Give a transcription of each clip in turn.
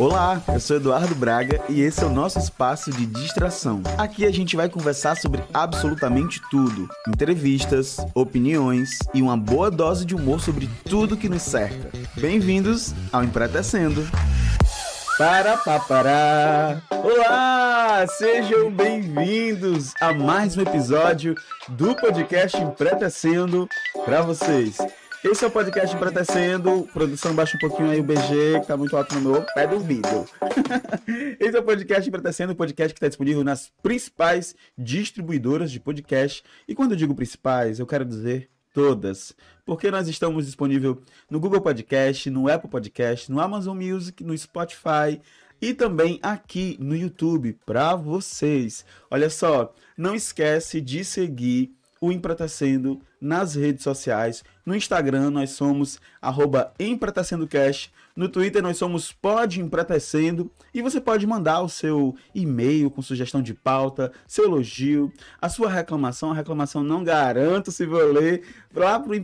Olá, eu sou Eduardo Braga e esse é o nosso espaço de distração. Aqui a gente vai conversar sobre absolutamente tudo. Entrevistas, opiniões e uma boa dose de humor sobre tudo que nos cerca. Bem-vindos ao Empretecendo. Pará! Olá! Sejam bem-vindos a mais um episódio do podcast Empretecendo para vocês. Esse é o podcast Empretecendo. Produção, baixa um pouquinho aí o BG, que tá muito alto no meu pé do ouvido. Esse é o podcast Empretecendo, o podcast que está disponível nas principais distribuidoras de podcast. E quando eu digo principais, eu quero dizer todas. Porque nós estamos disponíveis no Google Podcast, no Apple Podcast, no Amazon Music, no Spotify e também aqui no YouTube para vocês. Olha só, não esquece de seguir o Empretecendo nas redes sociais. No Instagram nós somos @empretecendocast. No Twitter nós somos @empretecendo. E você pode mandar o seu e-mail com sugestão de pauta, seu elogio, a sua reclamação. A reclamação não garanto se vou ler. Lá pro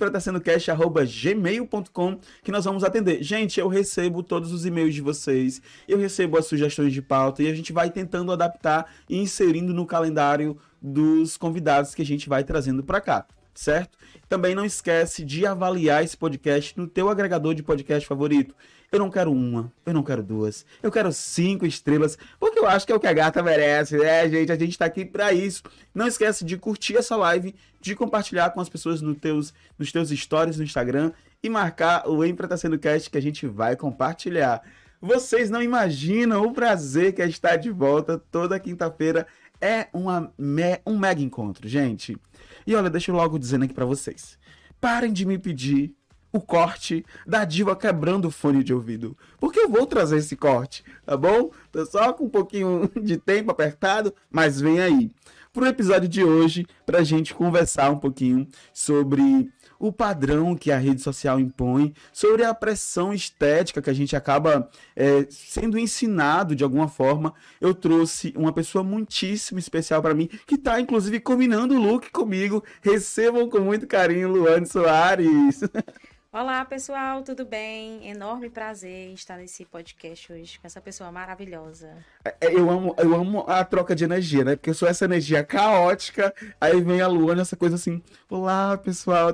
empretecendocast@gmail.com que nós vamos atender. Gente, eu recebo todos os e-mails de vocês. Eu recebo as sugestões de pauta e a gente vai tentando adaptar e inserindo no calendário dos convidados que a gente vai trazendo para cá, certo? Também não esquece de avaliar esse podcast no teu agregador de podcast favorito. Eu não quero uma, eu não quero duas, eu quero 5 estrelas, porque eu acho que é o que a gata merece, né, gente? A gente tá aqui para isso. Não esquece de curtir essa live, de compartilhar com as pessoas nos teus stories no Instagram e marcar o Empretecendo Cast que a gente vai compartilhar. Vocês não imaginam o prazer que é estar de volta toda quinta-feira. É um mega encontro, gente. E olha, deixa eu logo dizendo aqui pra vocês. Parem de me pedir o corte da diva quebrando o fone de ouvido. Porque eu vou trazer esse corte, tá bom? Tô só com um pouquinho de tempo apertado, mas vem aí. Pro episódio de hoje, pra gente conversar um pouquinho sobre o padrão que a rede social impõe, sobre a pressão estética que a gente acaba sendo ensinado de alguma forma. Eu trouxe uma pessoa muitíssimo especial para mim, que está inclusive combinando o look comigo. Recebam com muito carinho Luane Soares. Olá, pessoal, tudo bem? Enorme prazer em estar nesse podcast hoje com essa pessoa maravilhosa. Eu amo a troca de energia, né? Porque eu sou essa energia caótica, aí vem a Luane, essa coisa assim, olá, pessoal.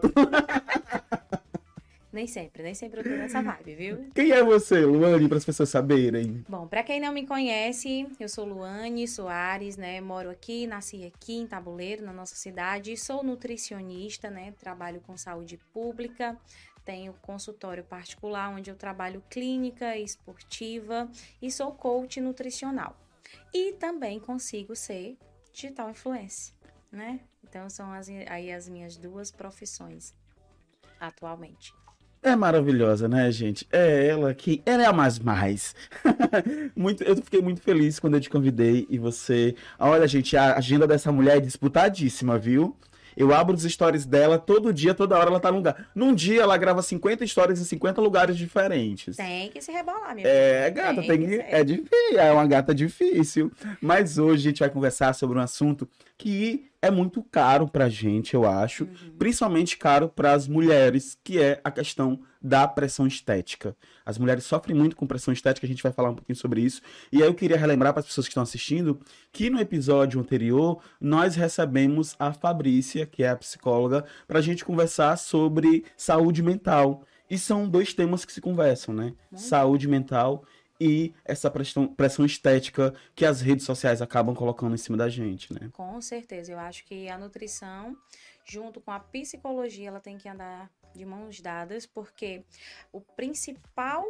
Nem sempre eu tô nessa vibe, viu? Quem é você, Luane, para as pessoas saberem? Bom, para quem não me conhece, eu sou Luane Soares, né? Moro aqui, nasci aqui em Tabuleiro, na nossa cidade. Sou nutricionista, né? Trabalho com saúde pública. Tenho consultório particular, onde eu trabalho clínica esportiva e sou coach nutricional. E também consigo ser digital influencer, né? Então, são as minhas duas profissões atualmente. É maravilhosa, né, gente? Ela é a mais. Eu fiquei muito feliz quando eu te convidei e você... Olha, gente, a agenda dessa mulher é disputadíssima, viu? Eu abro os stories dela todo dia, toda hora ela tá num lugar. Num dia ela grava 50 stories em 50 lugares diferentes. Tem que se rebolar, minha filha. Gata, é difícil, é uma gata difícil. Mas hoje a gente vai conversar sobre um assunto que é muito caro pra gente, eu acho. Principalmente caro pras mulheres, que é a questão da pressão estética. As mulheres sofrem muito com pressão estética, a gente vai falar um pouquinho sobre isso. E aí eu queria relembrar para as pessoas que estão assistindo que no episódio anterior nós recebemos a Fabrícia, que é a psicóloga, para a gente conversar sobre saúde mental. E são 2 temas que se conversam, né? Saúde mental e essa pressão estética que as redes sociais acabam colocando em cima da gente, né? Com certeza, eu acho que a nutrição, junto com a psicologia, ela tem que andar de mãos dadas, porque o principal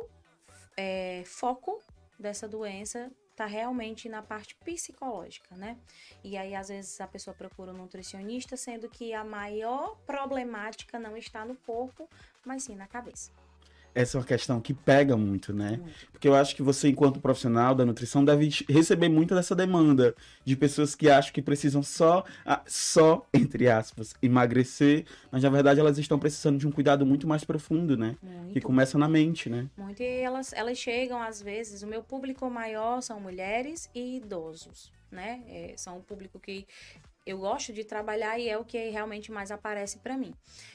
foco dessa doença está realmente na parte psicológica, né? E aí, às vezes, a pessoa procura um nutricionista, sendo que a maior problemática não está no corpo, mas sim na cabeça. Essa é uma questão que pega muito, né? Porque eu acho que você, enquanto profissional da nutrição, deve receber muito dessa demanda de pessoas que acham que precisam só, entre aspas, emagrecer, mas na verdade elas estão precisando de um cuidado muito mais profundo, né? Que começa na mente, né? Muito, e elas chegam, às vezes, o meu público maior são mulheres e idosos, né? São um público que eu gosto de trabalhar e é o que realmente mais aparece para mim.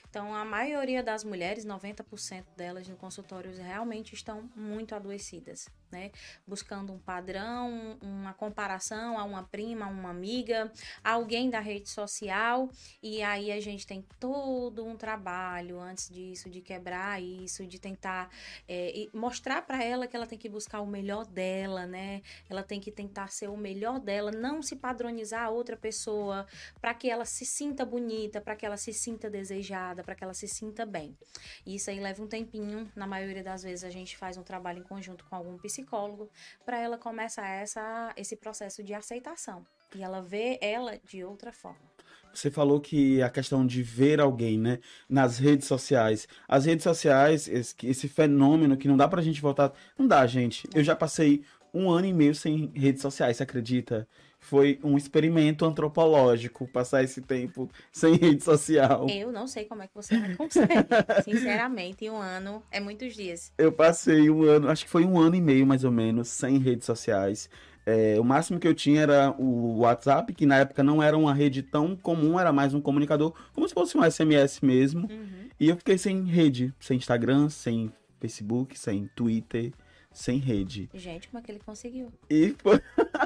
Então, a maioria das mulheres, 90% delas no consultório, realmente estão muito adoecidas, né? Buscando um padrão, uma comparação a uma prima, a uma amiga, a alguém da rede social. E aí a gente tem todo um trabalho antes disso, de quebrar isso, de tentar mostrar para ela que ela tem que buscar o melhor dela, né? Ela tem que tentar ser o melhor dela, não se padronizar a outra pessoa, para que ela se sinta bonita, para que ela se sinta desejada, para que ela se sinta bem. E isso aí leva um tempinho. Na maioria das vezes a gente faz um trabalho em conjunto com algum psicólogo para ela começar esse processo de aceitação. E ela vê ela de outra forma. Você falou que a questão de ver alguém, né, nas redes sociais. As redes sociais, esse fenômeno que não dá pra gente voltar. Não dá, gente. Eu já passei 1 ano e meio sem redes sociais, você acredita? Foi um experimento antropológico passar esse tempo sem rede social. Eu não sei como é que você vai conseguir. Sinceramente, em 1 ano é muitos dias. Eu passei 1 ano, acho que foi 1 ano e meio mais ou menos, sem redes sociais. O máximo que eu tinha era o WhatsApp, que na época não era uma rede tão comum, era mais um comunicador, como se fosse um SMS mesmo. Uhum. E eu fiquei sem rede, sem Instagram, sem Facebook, sem Twitter, sem rede. Gente, como é que ele conseguiu? E foi...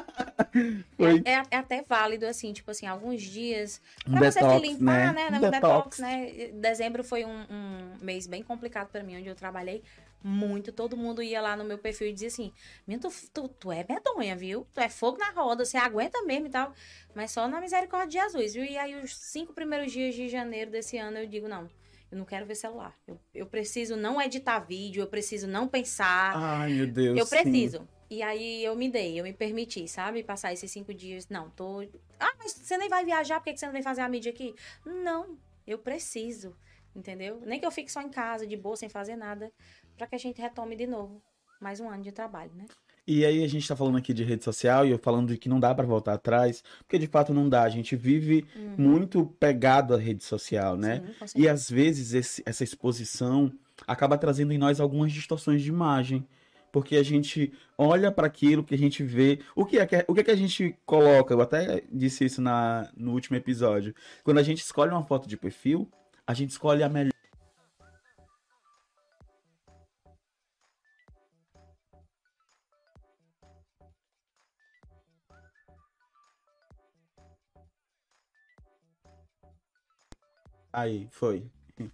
É até válido, assim, tipo assim, alguns dias Um pra você detox, se limpar, né? Um detox, né? Dezembro foi um mês bem complicado pra mim, onde eu trabalhei muito. Todo mundo ia lá no meu perfil e dizia assim: Minha, tu é medonha, viu? Tu é fogo na roda, você aguenta mesmo e tal. Mas só na misericórdia de Jesus, viu? E aí, os 5 primeiros dias de janeiro desse ano, eu digo: não, eu não quero ver celular. Eu preciso não editar vídeo, eu preciso não pensar. Ai, meu Deus. Eu preciso. Sim. E aí eu me permiti, sabe? Passar esses 5 dias. Não, tô. Ah, mas você nem vai viajar, por que você não vem fazer a mídia aqui? Não, eu preciso. Entendeu? Nem que eu fique só em casa, de boa, sem fazer nada, para que a gente retome de novo mais 1 ano de trabalho, né? E aí a gente tá falando aqui de rede social e eu falando de que não dá pra voltar atrás, porque de fato não dá. A gente vive muito pegado à rede social, né? Sim, com certeza. E às vezes essa exposição acaba trazendo em nós algumas distorções de imagem. Porque a gente olha para aquilo que a gente vê. O que é que a gente coloca? Eu até disse isso no último episódio. Quando a gente escolhe uma foto de perfil, a gente escolhe a melhor. Aí, foi.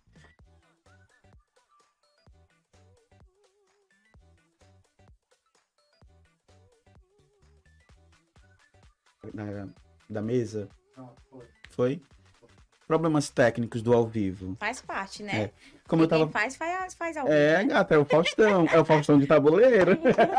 Da mesa? Foi? Problemas técnicos do ao vivo. Faz parte, né? Como eu tava... Quem faz ao vivo, né? Gata, é o Faustão. É o Faustão de tabuleiro.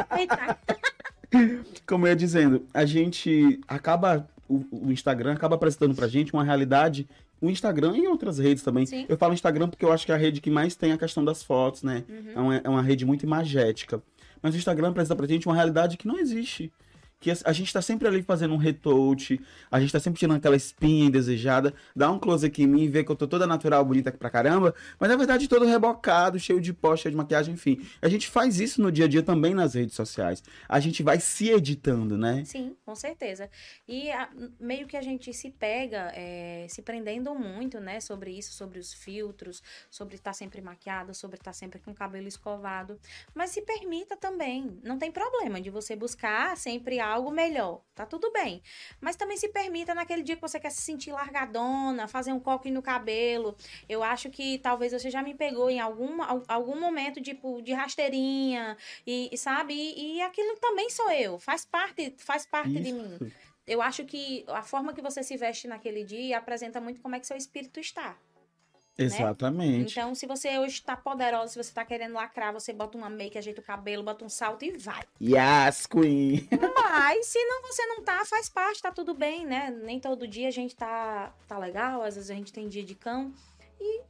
Como eu ia dizendo, a gente acaba... O Instagram acaba apresentando pra gente uma realidade... O Instagram e outras redes também. Sim. Eu falo Instagram porque eu acho que é a rede que mais tem a questão das fotos, né? É uma rede muito imagética. Mas o Instagram apresenta pra gente uma realidade que não existe. Que a gente tá sempre ali fazendo um retouch, a gente tá sempre tirando aquela espinha indesejada, dá um close aqui em mim e vê que eu tô toda natural, bonita pra caramba, mas na verdade todo rebocado, cheio de pó, cheio de maquiagem, enfim. A gente faz isso no dia a dia também nas redes sociais. A gente vai se editando, né? Sim, com certeza. E meio que a gente se pega, se prendendo muito, né, sobre isso, sobre os filtros, sobre estar sempre maquiada, sobre estar sempre com o cabelo escovado. Mas se permita também, não tem problema de você buscar sempre algo melhor, tá tudo bem. Mas também se permita naquele dia que você quer se sentir largadona, fazer um coque no cabelo. Eu acho que talvez você já me pegou em algum momento, tipo, de rasteirinha, e sabe? E aquilo também sou eu, faz parte de mim. Eu acho que a forma que você se veste naquele dia apresenta muito como é que seu espírito está. Exatamente. Né? Então, se você hoje está poderosa, se você está querendo lacrar, você bota uma make, ajeita o cabelo, bota um salto e vai. Yes, queen! Mas, se não, você não tá, faz parte, tá tudo bem, né? Nem todo dia a gente tá legal, às vezes a gente tem dia de cão. E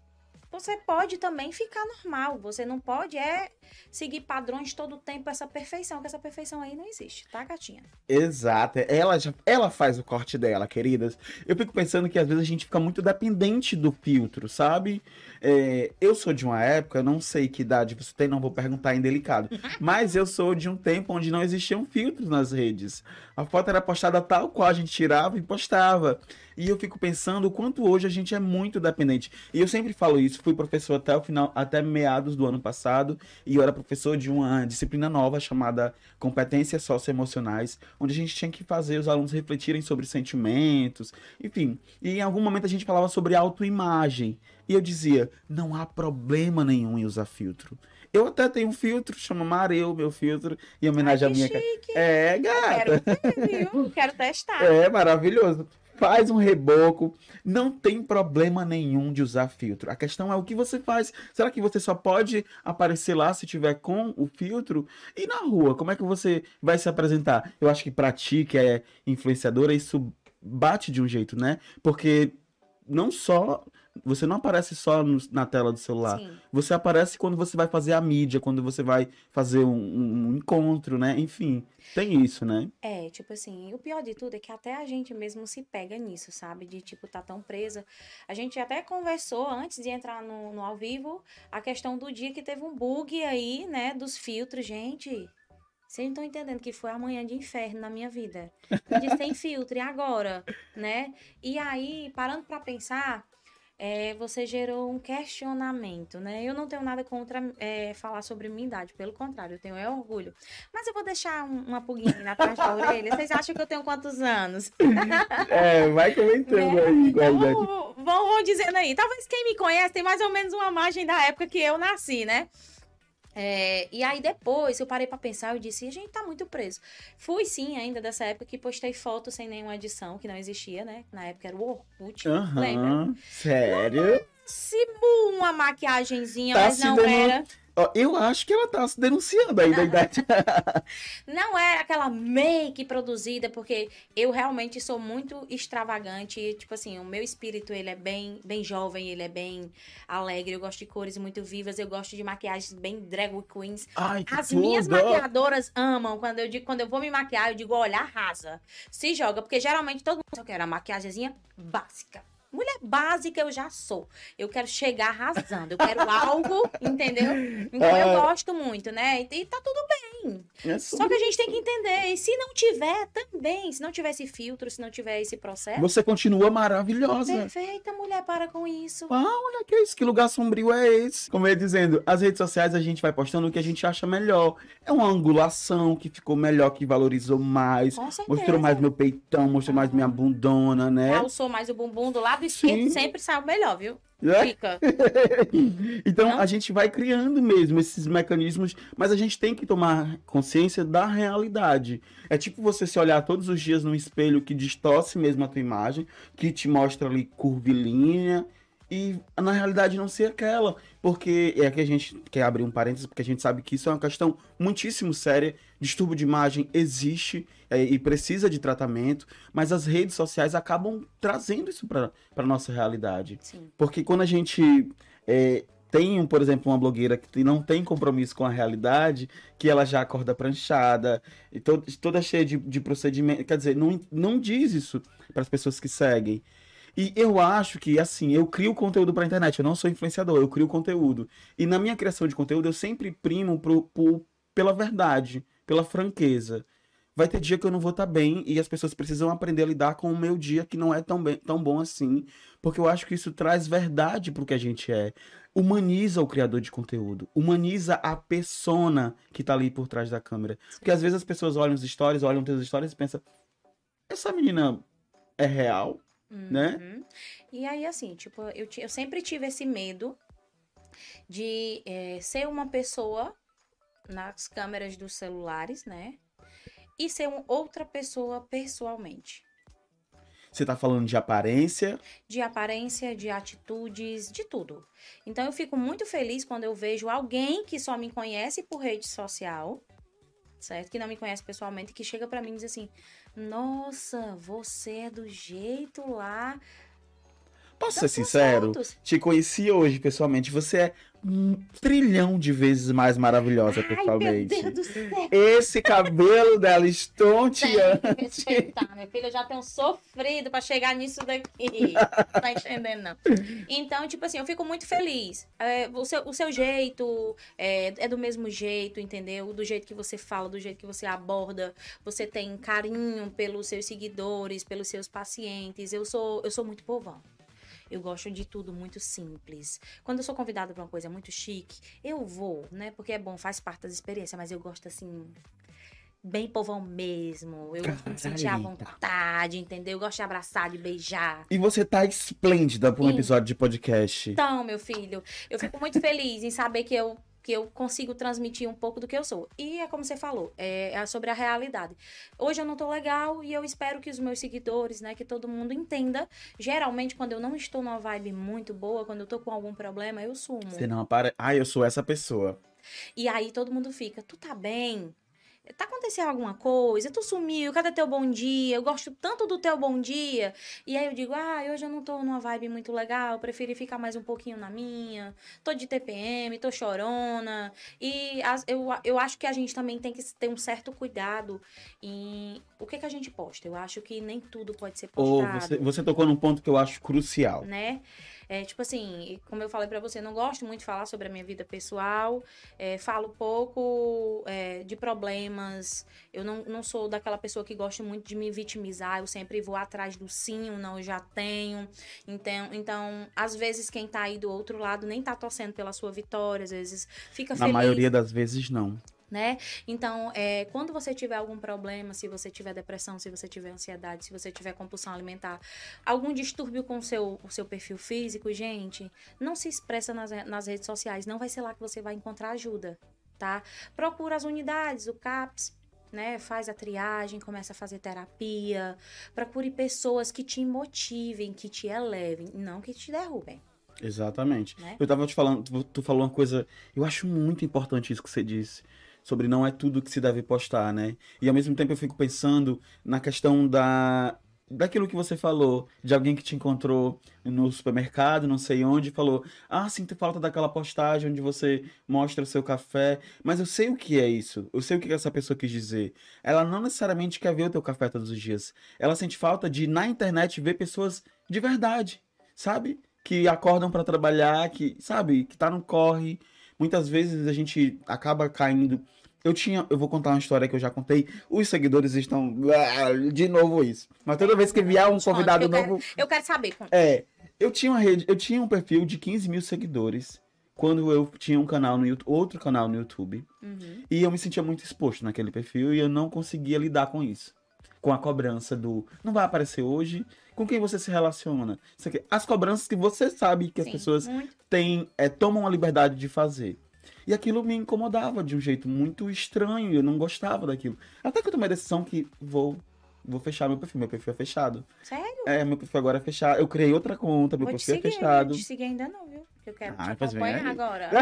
você pode também ficar normal. Você não pode seguir padrões todo o tempo, essa perfeição, que essa perfeição aí não existe, tá, gatinha? Exato, ela faz o corte dela, queridas. Eu fico pensando que às vezes a gente fica muito dependente do filtro, sabe? Eu sou de uma época, não sei que idade você tem, não vou perguntar indelicado, mas eu sou de um tempo onde não existiam filtros nas redes. A foto era postada tal qual a gente tirava e postava. E eu fico pensando o quanto hoje a gente é muito dependente. E eu sempre falo isso, fui professor até o final, até meados do ano passado, e eu era professor de uma disciplina nova chamada Competências Socioemocionais, onde a gente tinha que fazer os alunos refletirem sobre sentimentos, enfim. E em algum momento a gente falava sobre autoimagem. E eu dizia, não há problema nenhum em usar filtro. Eu até tenho um filtro, chama Mareu, meu filtro, em Ai, homenagem à que minha... chique. É, gata. Quero ver, viu? Quero testar. É maravilhoso. Faz um reboco, não tem problema nenhum de usar filtro. A questão é o que você faz. Será que você só pode aparecer lá se tiver com o filtro? E na rua, como é que você vai se apresentar? Eu acho que pra ti, que é influenciadora, isso bate de um jeito, né? Porque não só você não aparece só na tela do celular. Sim. Você aparece quando você vai fazer a mídia, quando você vai fazer um encontro, né? Enfim, tem isso, né? Tipo assim, o pior de tudo é que até a gente mesmo se pega nisso, sabe? De, tipo, tá tão presa. A gente até conversou antes de entrar no ao vivo, a questão do dia que teve um bug aí, né, dos filtros. Gente, vocês não estão entendendo que foi amanhã de inferno na minha vida. Eu disse, tem filtro, e agora? Né? E aí, parando pra pensar, você gerou um questionamento, né? Eu não tenho nada contra falar sobre minha idade, pelo contrário, eu tenho orgulho. Mas eu vou deixar uma pulguinha aí atrás da orelha. Vocês acham que eu tenho quantos anos? Vai comentando Né? aí, Então, igualdade. vão dizendo aí. Talvez quem me conhece tem mais ou menos uma margem da época que eu nasci, né? E aí depois eu parei pra pensar, eu disse, a gente tá muito preso. Fui sim ainda dessa época que postei foto sem nenhuma edição, que não existia, né? Na época era o Orkut, lembra? Aham, sério? Máximo uma maquiagenzinha, Tá mas se não denu... era. Ó, eu acho que ela tá se denunciando aí da idade. Não era aquela make produzida, porque eu realmente sou muito extravagante. E, tipo assim, o meu espírito, ele é bem, bem jovem, ele é bem alegre. Eu gosto de cores muito vivas, eu gosto de maquiagens bem drag queens. Ai, que As minhas tudo! maquiadoras amam. Quando eu vou me maquiar, eu digo, olha, arrasa. Se joga, porque geralmente todo mundo só quer a maquiagemzinha básica. Mulher básica eu já sou. Eu quero chegar arrasando. Eu quero algo, entendeu? Então eu gosto muito, né? E tá tudo bem. É Só que sobre a gente tem que isso. entender. E se não tiver, também. Se não tiver esse filtro, se não tiver esse processo. Você continua maravilhosa. Perfeita, mulher, para com isso. Ah, olha que isso, que lugar sombrio é esse? Como eu ia dizendo, as redes sociais a gente vai postando o que a gente acha melhor. É uma angulação que ficou melhor, que valorizou mais, Com mostrou mais certeza. meu peitão, mostrou mais minha bundona, né? Realçou mais o bumbum do lado esquerdo, Sim. sempre sai o melhor, viu? É? Fica. Então Não? a gente vai criando mesmo esses mecanismos, mas a gente tem que tomar consciência da realidade. É tipo você se olhar todos os dias num espelho que distorce mesmo a tua imagem, que te mostra ali curvilínea, e na realidade não ser aquela. Porque é que a gente quer abrir um parênteses, porque a gente sabe que isso é uma questão muitíssimo séria. Distúrbio de imagem existe e precisa de tratamento, mas as redes sociais acabam trazendo isso para a nossa realidade. Sim. Porque quando a gente tem, por exemplo, uma blogueira que não tem compromisso com a realidade, que ela já acorda pranchada, e toda cheia de procedimento, quer dizer, não diz isso para as pessoas que seguem. E eu acho que, assim, eu crio conteúdo para a internet, eu não sou influenciador, eu crio conteúdo. E na minha criação de conteúdo, eu sempre primo pela verdade, pela franqueza. Vai ter dia que eu não vou estar bem e as pessoas precisam aprender a lidar com o meu dia que não é tão bom assim, porque eu acho que isso traz verdade pro que a gente é. Humaniza o criador de conteúdo, humaniza a persona que tá ali por trás da câmera. Porque às vezes as pessoas olham os stories, olham teus stories e pensam, essa menina é real, né? Uhum. E aí, assim, tipo, eu sempre tive esse medo de ser uma pessoa nas câmeras dos celulares, né? E ser outra pessoa pessoalmente. Você tá falando de aparência. De aparência, de atitudes, de tudo. Então eu fico muito feliz quando eu vejo alguém que só me conhece por rede social, certo? Que não me conhece pessoalmente, que chega pra mim e diz assim: nossa, você é do jeito lá. Posso ser sincero? Te conheci hoje pessoalmente. Você é 1 trilhão de vezes mais maravilhosa pessoalmente. Meu Deus do céu. Esse cabelo dela estonteante. Tem que respeitar, minha filha. Eu já tenho sofrido pra chegar nisso daqui. Tá entendendo, não? Então, tipo assim, eu fico muito feliz. O seu jeito é do mesmo jeito, entendeu? Do jeito que você fala, do jeito que você aborda. Você tem carinho pelos seus seguidores, pelos seus pacientes. Eu sou muito povão. Eu gosto de tudo muito simples. Quando eu sou convidada para uma coisa muito chique, eu vou, né? Porque é bom, faz parte das experiências, mas eu gosto assim, bem povão mesmo. Eu me sentir à vontade, entendeu? Eu gosto de abraçar, de beijar. E você tá esplêndida para um episódio de podcast. Então, meu filho, eu fico muito feliz em saber que eu consigo transmitir um pouco do que eu sou. E é como você falou, é sobre a realidade. Hoje eu não tô legal e eu espero que os meus seguidores, né, que todo mundo entenda. Geralmente, quando eu não estou numa vibe muito boa, quando eu tô com algum problema, eu sumo. Você não para... eu sou essa pessoa. E aí todo mundo fica, tu tá bem? Tá acontecendo alguma coisa? Tu sumiu? Cadê teu bom dia? Eu gosto tanto do teu bom dia. E aí eu digo, hoje eu não tô numa vibe muito legal, preferi ficar mais um pouquinho na minha. Tô de TPM, tô chorona. E eu acho que a gente também tem que ter um certo cuidado em o que a gente posta. Eu acho que nem tudo pode ser postado. Você tocou num ponto que eu acho crucial. Né? Tipo assim, como eu falei pra você, não gosto muito de falar sobre a minha vida pessoal, falo pouco de problemas, eu não sou daquela pessoa que gosta muito de me vitimizar, eu sempre vou atrás do sim, ou não, eu já tenho, então, às vezes quem tá aí do outro lado nem tá torcendo pela sua vitória, às vezes fica feliz. Na maioria das vezes, não. Né? Então, quando você tiver algum problema, se você tiver depressão, se você tiver ansiedade, se você tiver compulsão alimentar, algum distúrbio com o seu perfil físico, gente, não se expressa nas redes sociais, não vai ser lá que você vai encontrar ajuda, tá? Procura as unidades, o CAPS, né? Faz a triagem, começa a fazer terapia, procure pessoas que te motivem, que te elevem, não que te derrubem. Exatamente. Né? Eu tava te falando, tu falou uma coisa, eu acho muito importante isso que você disse, sobre não é tudo que se deve postar, né? E ao mesmo tempo eu fico pensando na questão daquilo que você falou, de alguém que te encontrou no supermercado, não sei onde, e falou, sinto falta daquela postagem onde você mostra o seu café, mas eu sei o que é isso, eu sei o que essa pessoa quis dizer. Ela não necessariamente quer ver o teu café todos os dias, ela sente falta de, na internet, ver pessoas de verdade, sabe? Que acordam para trabalhar, que, sabe, que tá no corre. Muitas vezes a gente acaba caindo. Eu vou contar uma história que eu já contei. Os seguidores estão. De novo isso. Mas toda vez que vier um convidado novo. Eu quero saber. Eu tinha um perfil de 15 mil seguidores quando eu tinha um canal no YouTube, outro canal no YouTube. Uhum. E eu me sentia muito exposto naquele perfil e eu não conseguia lidar com isso. Com a cobrança do não vai aparecer hoje, com quem você se relaciona. As cobranças que você sabe que as pessoas tomam a liberdade de fazer. E aquilo me incomodava de um jeito muito estranho, eu não gostava daquilo. Até que eu tomei a decisão que vou fechar meu perfil é fechado. Sério? Meu perfil agora é fechado. Eu criei outra conta, meu perfil é fechado. Não vou te seguir ainda não, viu? Eu quero te pois vem acompanhar aí. agora.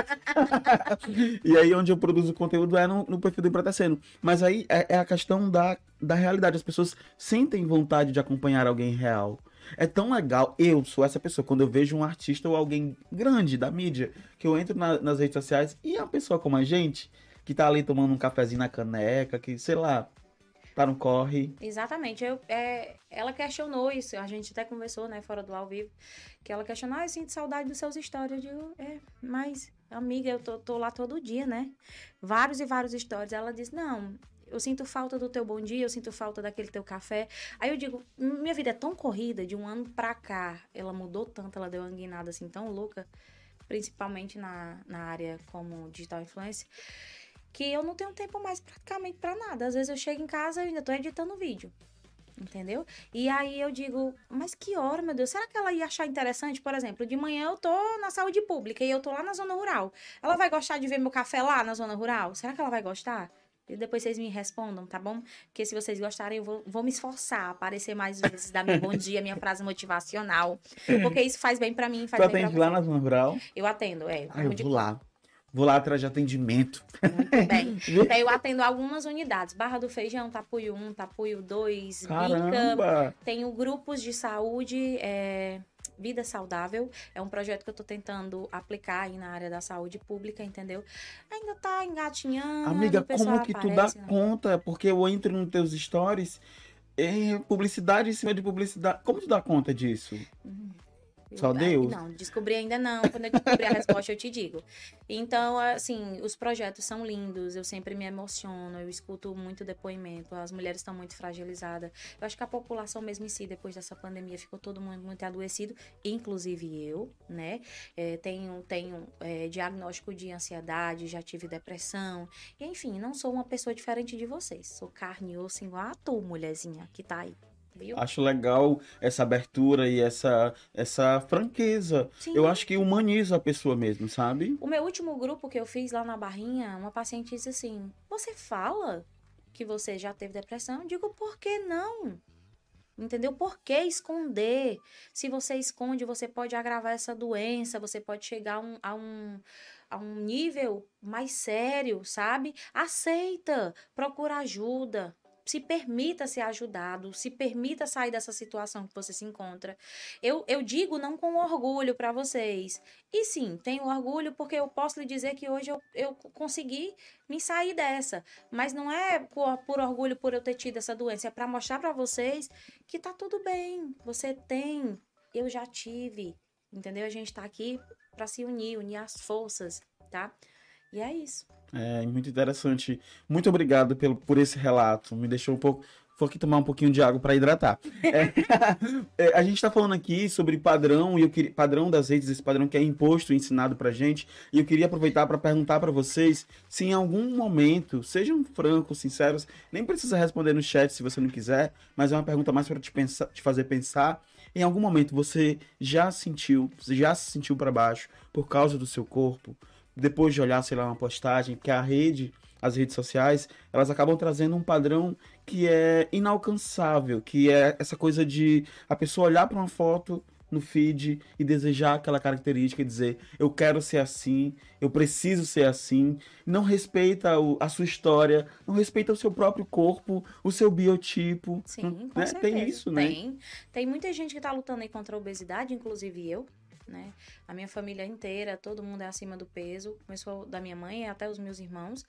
E aí onde eu produzo conteúdo é no perfil do Empretecendo. Mas aí é a questão da realidade. As pessoas sentem vontade de acompanhar alguém real. É tão legal. Eu sou essa pessoa. Quando eu vejo um artista ou alguém grande da mídia, que eu entro nas redes sociais e é uma pessoa como a gente, que tá ali tomando um cafezinho na caneca, que, sei lá, tá no corre. Exatamente. Ela questionou isso. A gente até conversou, né, fora do ao vivo, que ela questionou, eu sinto saudade dos seus stories. Eu digo, mas, amiga, eu tô lá todo dia, né? Vários e vários stories. Ela disse, não, eu sinto falta do teu bom dia, eu sinto falta daquele teu café. Aí eu digo, minha vida é tão corrida, de um ano pra cá, ela mudou tanto, ela deu uma guinada assim tão louca, principalmente na área como digital influencer, que eu não tenho tempo mais praticamente pra nada. Às vezes eu chego em casa e ainda tô editando vídeo. Entendeu? E aí eu digo, mas que hora, meu Deus? Será que ela ia achar interessante? Por exemplo, de manhã eu tô na saúde pública e eu tô lá na zona rural. Ela vai gostar de ver meu café lá na zona rural? Será que ela vai gostar? E depois vocês me respondam, tá bom? Porque se vocês gostarem, eu vou me esforçar a aparecer mais vezes, dar meu bom dia, minha frase motivacional. Porque isso faz bem pra mim, faz bem pra você. Tu atende lá na zona rural? Eu atendo, eu vou lá. Vou lá atrás de atendimento. Muito bem. Então, eu atendo algumas unidades. Barra do Feijão, Tapuio 1, Tapuio 2, Caramba! Bica. Tenho grupos de saúde, Vida Saudável. É um projeto que eu tô tentando aplicar aí na área da saúde pública, entendeu? Ainda tá engatinhando, Amiga, o pessoal como que tu dá aparece, né? conta? Porque eu entro nos teus stories, publicidade em cima de publicidade. Como tu dá conta disso? Só Deus? Não, descobri ainda não. Quando eu descobrir a resposta, eu te digo. Então, assim, os projetos são lindos, eu sempre me emociono, eu escuto muito depoimento, as mulheres estão muito fragilizadas. Eu acho que a população mesmo em si, depois dessa pandemia, ficou todo mundo muito adoecido, inclusive eu, né? Tenho diagnóstico de ansiedade, já tive depressão, e, enfim, não sou uma pessoa diferente de vocês. Sou carne e osso igual a tu, mulherzinha, que tá aí. Viu? Acho legal essa abertura e essa franqueza. Eu Sim. acho que humaniza a pessoa mesmo, sabe? O meu último grupo que eu fiz lá na Barrinha, uma paciente disse assim: Você fala que você já teve depressão? Eu digo, por que não? Entendeu? Por que esconder? Se você esconde, você pode agravar essa doença, você pode chegar a um nível mais sério, sabe? Aceita, procura ajuda. Se permita ser ajudado, se permita sair dessa situação que você se encontra. Eu digo não com orgulho para vocês. E sim, tenho orgulho porque eu posso lhe dizer que hoje eu consegui me sair dessa. Mas não é por orgulho por eu ter tido essa doença, é para mostrar para vocês que tá tudo bem. Você tem, eu já tive. Entendeu? A gente tá aqui para se unir as forças, tá? E é isso. É muito interessante. Muito obrigado por esse relato. Me deixou um pouco. Vou aqui tomar um pouquinho de água para hidratar. É, a gente está falando aqui sobre padrão e padrão das redes, esse padrão que é imposto e ensinado para gente. E eu queria aproveitar para perguntar para vocês se em algum momento, sejam francos, sinceros, nem precisa responder no chat se você não quiser, mas é uma pergunta mais para te fazer pensar. Em algum momento você já se sentiu para baixo por causa do seu corpo? Depois de olhar, sei lá, uma postagem, porque as redes sociais, elas acabam trazendo um padrão que é inalcançável, que é essa coisa de a pessoa olhar para uma foto no feed e desejar aquela característica e dizer, eu quero ser assim, eu preciso ser assim, não respeita a sua história, não respeita o seu próprio corpo, o seu biotipo, Sim, com né? certeza. Tem isso, né? Tem muita gente que tá lutando aí contra a obesidade, inclusive eu. Né? A minha família inteira, todo mundo é acima do peso, começou da minha mãe até os meus irmãos.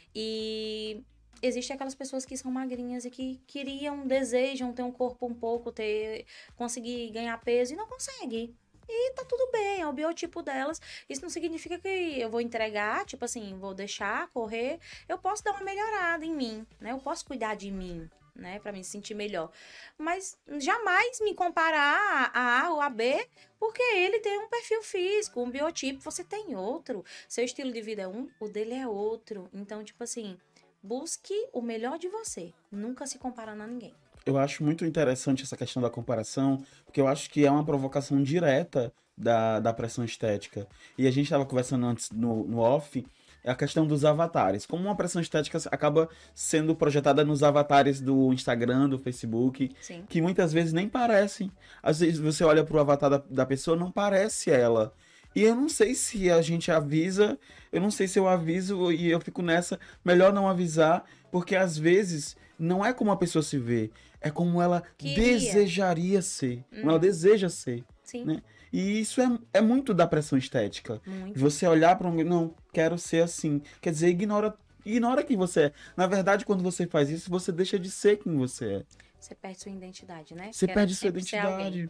E existem aquelas pessoas que são magrinhas e que desejam ter um corpo um pouco, conseguir ganhar peso e não consegue. E tá tudo bem, é o biotipo delas. Isso não significa que eu vou entregar, tipo assim, vou deixar correr. Eu posso dar uma melhorada em mim, né? Eu posso cuidar de mim, né, para me sentir melhor. Mas jamais me comparar a A ou a B, porque ele tem um perfil físico, um biotipo, você tem outro. Seu estilo de vida é um, o dele é outro. Então, tipo assim, busque o melhor de você, nunca se comparando a ninguém. Eu acho muito interessante essa questão da comparação, porque eu acho que é uma provocação direta da pressão estética. E a gente estava conversando antes no off, a questão dos avatares. Como uma pressão estética acaba sendo projetada nos avatares do Instagram, do Facebook, Sim. que muitas vezes nem parecem. Às vezes você olha pro avatar da pessoa, não parece ela. E eu não sei se a gente avisa, eu não sei se eu aviso e eu fico nessa, melhor não avisar, porque às vezes não é como a pessoa se vê, é como ela desejaria ser, como ela deseja ser. Sim. Né? E isso é muito da pressão estética. Muito. Você olhar para um, não, quero ser assim. Quer dizer, ignora quem você é. Na verdade, quando você faz isso, você deixa de ser quem você é. Você perde sua identidade, né? Você perde sua identidade.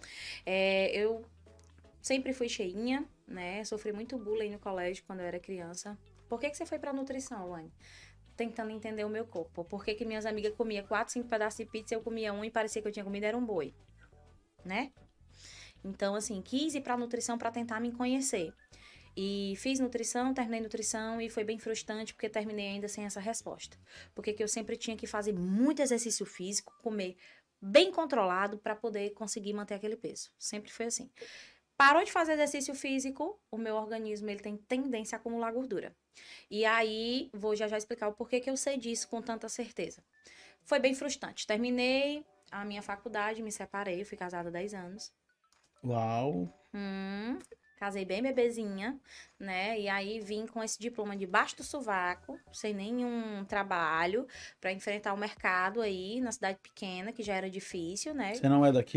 Eu sempre fui cheinha, né? Sofri muito bullying no colégio quando eu era criança. Por que você foi pra nutrição, Luane? Tentando entender o meu corpo. Por que minhas amigas comiam 4, 5 pedaços de pizza, eu comia um e parecia que eu tinha comido era um boi, né? Então, assim, quis ir pra nutrição pra tentar me conhecer. E fiz nutrição, terminei nutrição e foi bem frustrante porque terminei ainda sem essa resposta. Porque que eu sempre tinha que fazer muito exercício físico, comer bem controlado para poder conseguir manter aquele peso. Sempre foi assim. Parou de fazer exercício físico, o meu organismo ele tem tendência a acumular gordura. E aí, vou já explicar o porquê que eu sei disso com tanta certeza. Foi bem frustrante. Terminei a minha faculdade, me separei, fui casada há 10 anos. Uau! Casei bem bebezinha, né? E aí vim com esse diploma debaixo do sovaco, sem nenhum trabalho, para enfrentar o mercado aí na cidade pequena, que já era difícil, né? Você não é daqui?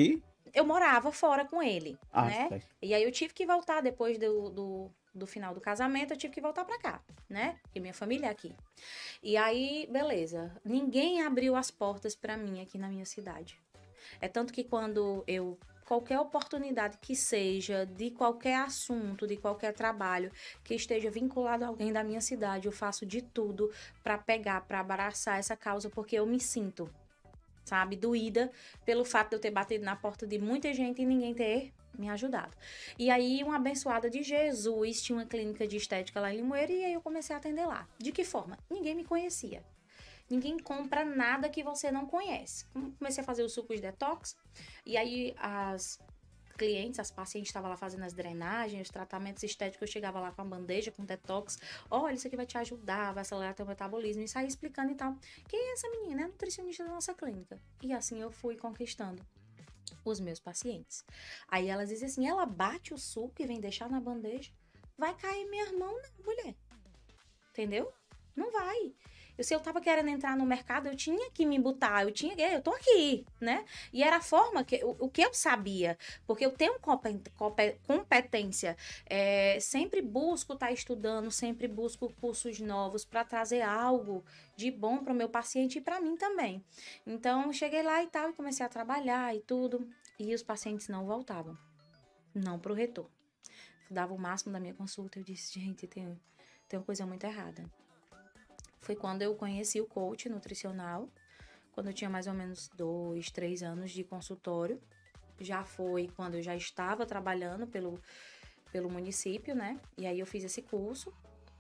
eu morava fora com ele, né? Certo. E aí eu tive que voltar depois do final do casamento, eu tive que voltar pra cá, né? Porque minha família é aqui. E aí, beleza. Ninguém abriu as portas pra mim aqui na minha cidade. É tanto que quando eu qualquer oportunidade que seja, de qualquer assunto, de qualquer trabalho que esteja vinculado a alguém da minha cidade, eu faço de tudo pra pegar, pra abraçar essa causa, porque eu me sinto, sabe, doída pelo fato de eu ter batido na porta de muita gente e ninguém ter me ajudado. E aí, uma abençoada de Jesus tinha uma clínica de estética lá em Limoeiro e aí eu comecei a atender lá. De que forma? Ninguém me conhecia. Ninguém compra nada que você não conhece. Comecei a fazer os sucos de detox e aí as clientes, as pacientes estavam lá fazendo as drenagens, os tratamentos estéticos, eu chegava lá com a bandeja, com detox. Olha, isso aqui vai te ajudar, vai acelerar teu metabolismo. E saí explicando e tal. Quem é essa menina? É nutricionista da nossa clínica. E assim eu fui conquistando os meus pacientes. Aí elas dizem assim, ela bate o suco e vem deixar na bandeja. Vai cair minha mão, não, mulher. Entendeu? Não vai. Se eu tava querendo entrar no mercado, eu tinha que me botar, eu tô aqui, né? E era a forma, o que eu sabia, porque eu tenho competência, sempre busco estar estudando, sempre busco cursos novos para trazer algo de bom para o meu paciente e para mim também. Então, cheguei lá e tal, e comecei a trabalhar e tudo, e os pacientes não voltavam, não pro retorno. Dava o máximo da minha consulta, eu disse, gente, tem uma coisa muito errada. Foi quando eu conheci o coach nutricional, quando eu tinha mais ou menos 2, 3 anos de consultório. Já foi quando eu já estava trabalhando pelo município, né? E aí eu fiz esse curso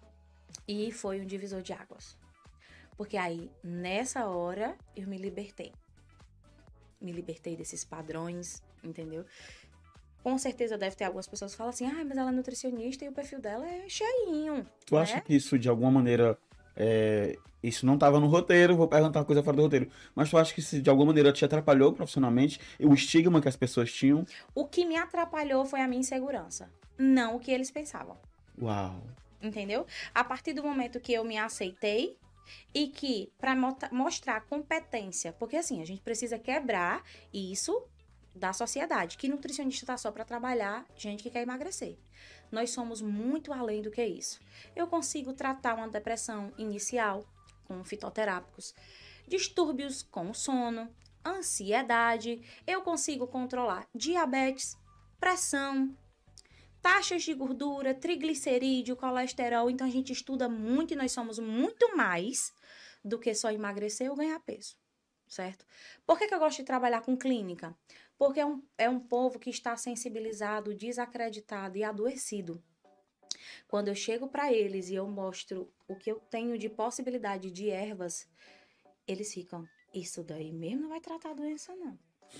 e foi um divisor de águas. Porque aí, nessa hora, eu me libertei. Me libertei desses padrões, entendeu? Com certeza deve ter algumas pessoas que falam assim, mas ela é nutricionista e o perfil dela é cheinho. Tu acha que isso, de alguma maneira, isso não estava no roteiro, vou perguntar uma coisa fora do roteiro, mas tu acha que isso, de alguma maneira, te atrapalhou profissionalmente? O estigma que as pessoas tinham? O que me atrapalhou foi a minha insegurança, não o que eles pensavam. Uau! Entendeu? A partir do momento que eu me aceitei e que, para mostrar competência, porque assim, a gente precisa quebrar isso da sociedade, que nutricionista tá só para trabalhar gente que quer emagrecer. Nós somos muito além do que isso. Eu consigo tratar uma depressão inicial com fitoterápicos, distúrbios com o sono, ansiedade, eu consigo controlar diabetes, pressão, taxas de gordura, triglicerídeo, colesterol. Então a gente estuda muito e nós somos muito mais do que só emagrecer ou ganhar peso, certo? Por que eu gosto de trabalhar com clínica? Porque é um povo que está sensibilizado, desacreditado e adoecido. Quando eu chego para eles e eu mostro o que eu tenho de possibilidade de ervas, eles ficam, isso daí mesmo não vai tratar a doença, não.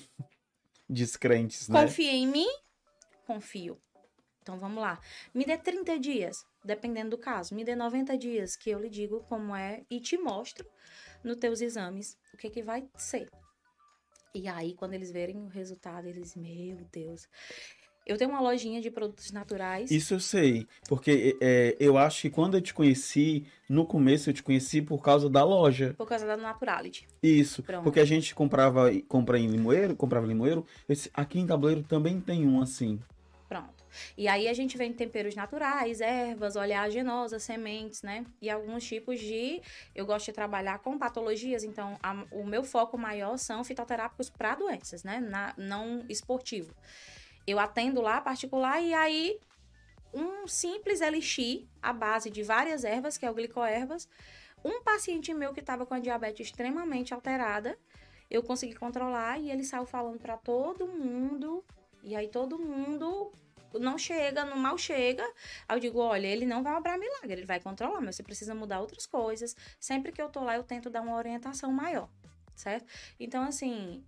Descrentes, né? Confia em mim? Confio. Então, vamos lá. Me dê 30 dias, dependendo do caso. Me dê 90 dias, que eu lhe digo como é e te mostro nos teus exames o que vai ser. E aí, quando eles verem o resultado, eles, meu Deus. Eu tenho uma lojinha de produtos naturais. Isso eu sei, porque eu acho que quando eu te conheci, no começo eu te conheci por causa da loja. Por causa da Naturality. Isso, Pronto. porque a gente comprava em Limoeiro, aqui em Tabuleiro também tem um assim. Pronto. E aí a gente vende temperos naturais, ervas, oleaginosas, sementes, né? E alguns tipos de... Eu gosto de trabalhar com patologias, então o meu foco maior são fitoterápicos para doenças, né? Não esportivo. Eu atendo lá particular e aí um simples elixir à base de várias ervas, que é o glicoervas. Um paciente meu que estava com a diabetes extremamente alterada, eu consegui controlar e ele saiu falando para todo mundo. E aí todo mundo não chega, no mal chega. Aí eu digo, olha, ele não vai obrar milagre, ele vai controlar, mas você precisa mudar outras coisas. Sempre que eu tô lá, eu tento dar uma orientação maior, certo? Então, assim,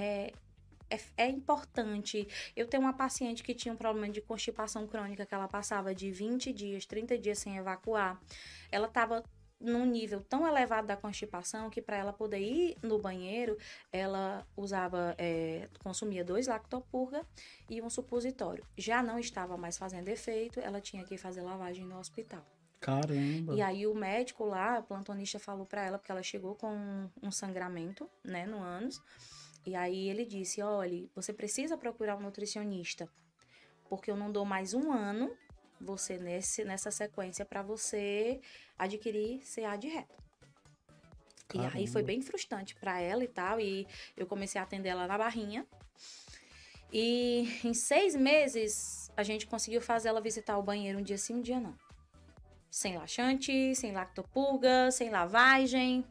é importante. Eu tenho uma paciente que tinha um problema de constipação crônica, que ela passava de 20 dias, 30 dias sem evacuar. Ela estava num nível tão elevado da constipação que para ela poder ir no banheiro, ela consumia 2 lactopurga e um supositório. Já não estava mais fazendo efeito, ela tinha que fazer lavagem no hospital. Caramba! E aí o médico lá, o plantonista, falou para ela, porque ela chegou com um sangramento, né, no ânus, E aí ele disse, olha, você precisa procurar um nutricionista, porque eu não dou mais um ano você nessa sequência para você adquirir CA de reto. Caramba. E aí foi bem frustrante para ela e tal, e eu comecei a atender ela na barrinha. E em 6 meses, a gente conseguiu fazer ela visitar o banheiro um dia sim, um dia não. Sem laxante, sem lactopurga, sem lavagem.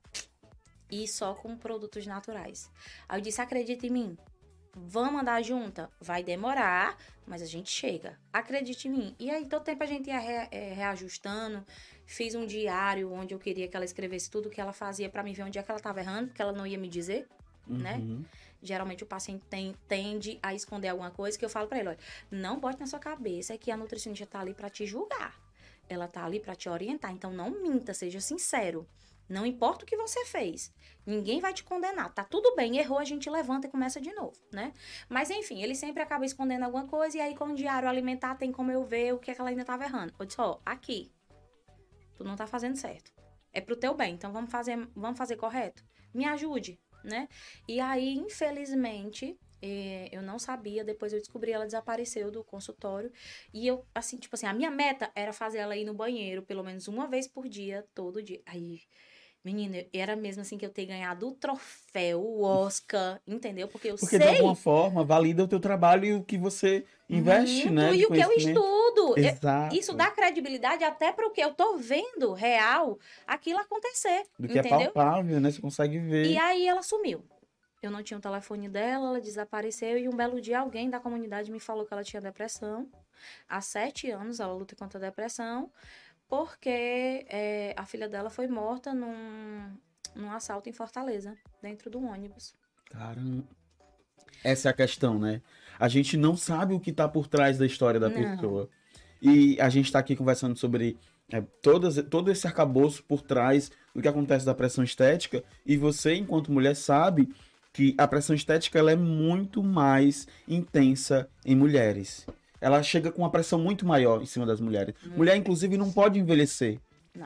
E só com produtos naturais. Aí eu disse, acredita em mim. Vamos andar junta? Vai demorar, mas a gente chega. Acredite em mim. E aí, todo tempo a gente ia reajustando. Fiz um diário onde eu queria que ela escrevesse tudo que ela fazia pra mim ver onde é que ela tava errando, porque ela não ia me dizer, né? Geralmente o paciente tende a esconder alguma coisa que eu falo pra ele, olha, não bote na sua cabeça que a nutricionista tá ali pra te julgar. Ela tá ali pra te orientar, então não minta, seja sincero. Não importa o que você fez, ninguém vai te condenar. Tá tudo bem, errou, a gente levanta e começa de novo, né? Mas enfim, ele sempre acaba escondendo alguma coisa e aí com o diário alimentar tem como eu ver o que é que ela ainda tava errando. Eu disse, ó, aqui, tu não tá fazendo certo. É pro teu bem, então vamos fazer correto? Me ajude, né? E aí, infelizmente, eu não sabia, depois eu descobri, ela desapareceu do consultório. E eu, assim, tipo assim, a minha meta era fazer ela ir no banheiro pelo menos uma vez por dia, todo dia. Aí, menina, era mesmo assim que eu ter ganhado o troféu, o Oscar, entendeu? Porque Porque de alguma forma valida o teu trabalho e o que você investe, muito, né? e De o que eu conhecimento. estudo. Exato. Isso dá credibilidade até para o que eu tô vendo real, aquilo acontecer, Do que é entendeu? palpável, né? Você consegue ver. E aí ela sumiu. Eu não tinha o telefone dela, ela desapareceu e um belo dia alguém da comunidade me falou que ela tinha depressão. Há 7 anos ela luta contra a depressão, porque a filha dela foi morta num assalto em Fortaleza, dentro do ônibus. Caramba. Essa é a questão, né? A gente não sabe o que tá por trás da história da pessoa. E a gente tá aqui conversando sobre todo esse arcabouço por trás do que acontece da pressão estética. E você, enquanto mulher, sabe que a pressão estética ela é muito mais intensa em mulheres. Ela chega com uma pressão muito maior em cima das mulheres. Mulher, inclusive, não pode envelhecer.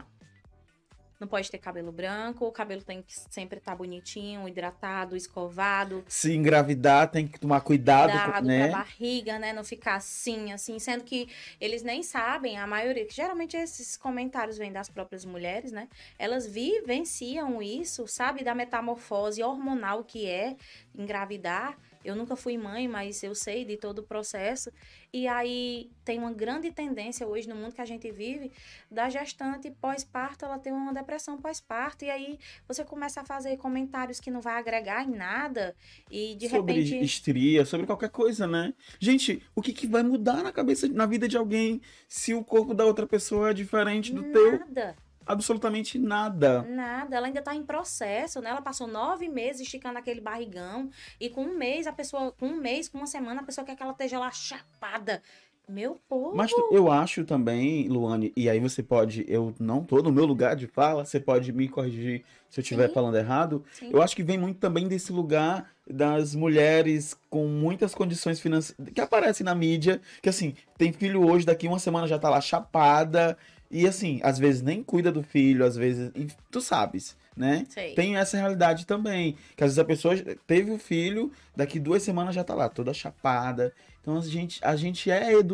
Não pode ter cabelo branco, o cabelo tem que sempre estar bonitinho, hidratado, escovado. Se engravidar, tem que tomar cuidado, né? Pra barriga, né? Não ficar assim, sendo que eles nem sabem, a maioria, que geralmente esses comentários vêm das próprias mulheres, né? Elas vivenciam isso, sabe? Da metamorfose hormonal que é engravidar. Eu nunca fui mãe, mas eu sei de todo o processo. E aí tem uma grande tendência hoje no mundo que a gente vive da gestante pós-parto, ela tem uma depressão pós-parto. E aí você começa a fazer comentários que não vai agregar em nada e de repente... Sobre estria, sobre qualquer coisa, né? Gente, o que vai mudar na vida de alguém se o corpo da outra pessoa é diferente do teu? Nada. Absolutamente nada. Nada, ela ainda tá em processo, né? Ela passou 9 meses esticando aquele barrigão e com um mês, com uma semana, a pessoa quer que ela esteja lá chapada. Meu povo! Mas eu acho também, Luane, e aí você pode, eu não tô no meu lugar de fala, você pode me corrigir se eu estiver falando errado. Sim. Eu acho que vem muito também desse lugar das mulheres com muitas condições financeiras, que aparecem na mídia, que assim, tem filho hoje, daqui uma semana já tá lá chapada. E assim, às vezes nem cuida do filho, às vezes, tu sabes, né? Sei. Tem essa realidade também, que às vezes a pessoa teve o filho, daqui 2 semanas já tá lá, toda chapada. Então a gente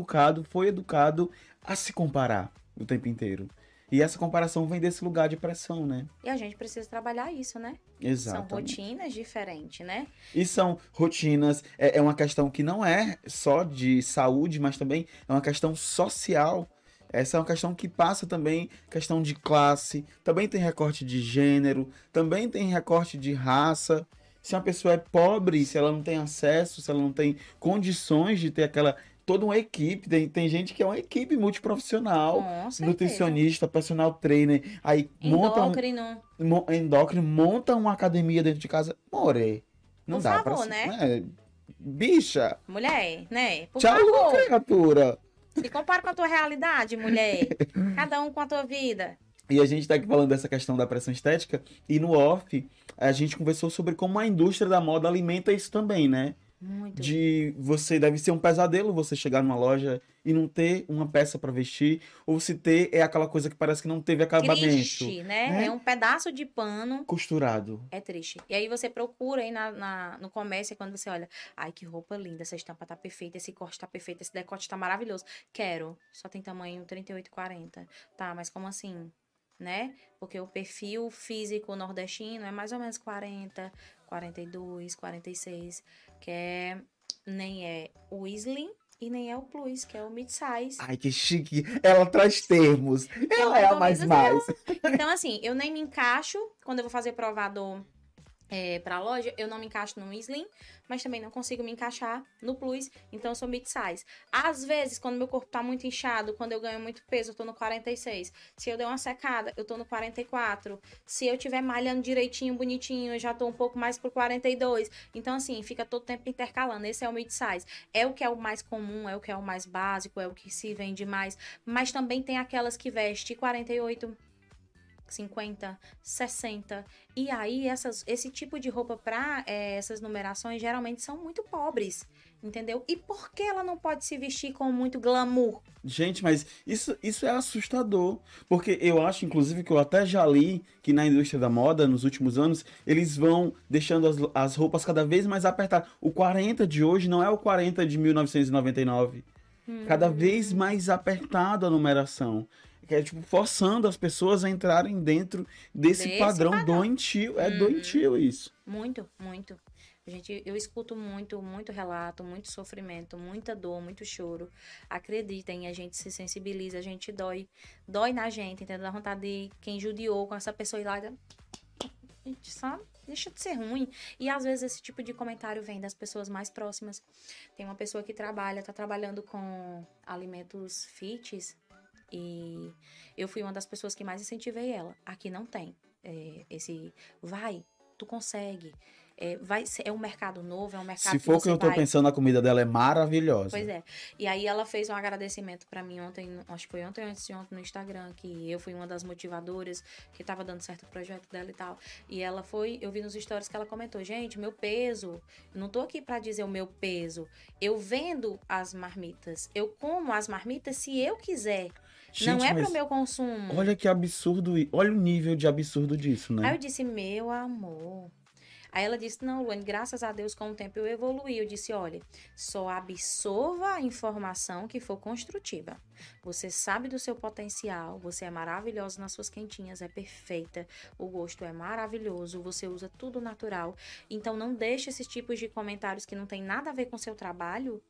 foi educado a se comparar o tempo inteiro. E essa comparação vem desse lugar de pressão, né? E a gente precisa trabalhar isso, né? Exatamente. São rotinas diferentes, né? E são rotinas, é uma questão que não é só de saúde, mas também é uma questão social. Essa é uma questão que passa também, questão de classe, também tem recorte de gênero, também tem recorte de raça. Se uma pessoa é pobre, se ela não tem acesso, se ela não tem condições de ter toda uma equipe, tem gente que é uma equipe multiprofissional, nutricionista, personal trainer, aí endócrino, monta uma academia dentro de casa, não por dá favor, pra... né? Bicha! Mulher, né? Por tchau, favor. Criatura! Se compara com a tua realidade, mulher. Cada um com a tua vida. E a gente tá aqui falando dessa questão da pressão estética, e no off, a gente conversou sobre como a indústria da moda alimenta isso também, né? Muito. Você deve ser um pesadelo você chegar numa loja e não ter uma peça para vestir, ou se ter é aquela coisa que parece que não teve acabamento, Triste, né? É né? um pedaço de pano. Costurado. É triste. E aí você procura aí no comércio, e quando você olha, ai, que roupa linda, essa estampa tá perfeita, esse corte tá perfeito, esse decote tá maravilhoso. Quero. Só tem tamanho 38 e 40. Tá, mas como assim? Né? Porque o perfil físico nordestino é mais ou menos 40, 42, 46, que é nem é o slim e nem é o plus, que é o mid-size. Ai, que chique. Ela traz termos. Que é Ela é mais a ou mais menos ela. mais. Então, assim, eu nem me encaixo quando eu vou fazer provador pra loja, eu não me encaixo no slim, mas também não consigo me encaixar no plus, então eu sou mid-size. Às vezes, quando meu corpo tá muito inchado, quando eu ganho muito peso, eu tô no 46. Se eu der uma secada, eu tô no 44. Se eu tiver malhando direitinho, bonitinho, eu já tô um pouco mais pro 42. Então, assim, fica todo tempo intercalando. Esse é o mid-size. É o que é o mais comum, é o que é o mais básico, é o que se vende mais, mas também tem aquelas que veste 48, 50, 60. E aí, esse tipo de roupa para essas numerações geralmente são muito pobres, entendeu? E por que ela não pode se vestir com muito glamour? Gente, mas isso é assustador. Porque eu acho, inclusive, que eu até já li que na indústria da moda, nos últimos anos, eles vão deixando as roupas cada vez mais apertadas. O 40 de hoje não é o 40 de 1999. Cada vez mais apertado a numeração. Que é tipo forçando as pessoas a entrarem dentro desse Desse padrão padrão. doentio. É doentio isso. Muito, muito. Eu escuto muito, muito relato, muito sofrimento, muita dor, muito choro. Acreditem, a gente se sensibiliza, a gente dói. Dói na gente, entendeu? Dá vontade de quem judiou com essa pessoa ir lá e gente, sabe? Deixa de ser ruim. E às vezes esse tipo de comentário vem das pessoas mais próximas. Tem uma pessoa que tá trabalhando com alimentos fits e eu fui uma das pessoas que mais incentivei ela. Aqui não tem vai, tu consegue. É um mercado novo, é um mercado Se que for o que você eu tô vai. pensando, a comida dela é Pois maravilhosa. é. E aí ela fez um agradecimento pra mim ontem, acho que foi ontem ou antes de ontem no Instagram, que eu fui uma das motivadoras que tava dando certo o projeto dela e tal. E ela eu vi nos stories que ela comentou, gente, meu peso, eu não tô aqui pra dizer o meu peso. Eu vendo as marmitas, eu como as marmitas se eu quiser. Não Gente, é pro mas meu consumo. olha que absurdo. Olha o nível de absurdo disso, Aí né? eu disse, meu amor. Aí ela disse, não, Luane, graças a Deus, com o tempo eu evoluí. Eu disse, olha, só absorva a informação que for construtiva. Você sabe do seu potencial, você é maravilhosa nas suas quentinhas, é perfeita, o gosto é maravilhoso, você usa tudo natural. Então não deixe esses tipos de comentários que não tem nada a ver com o seu trabalho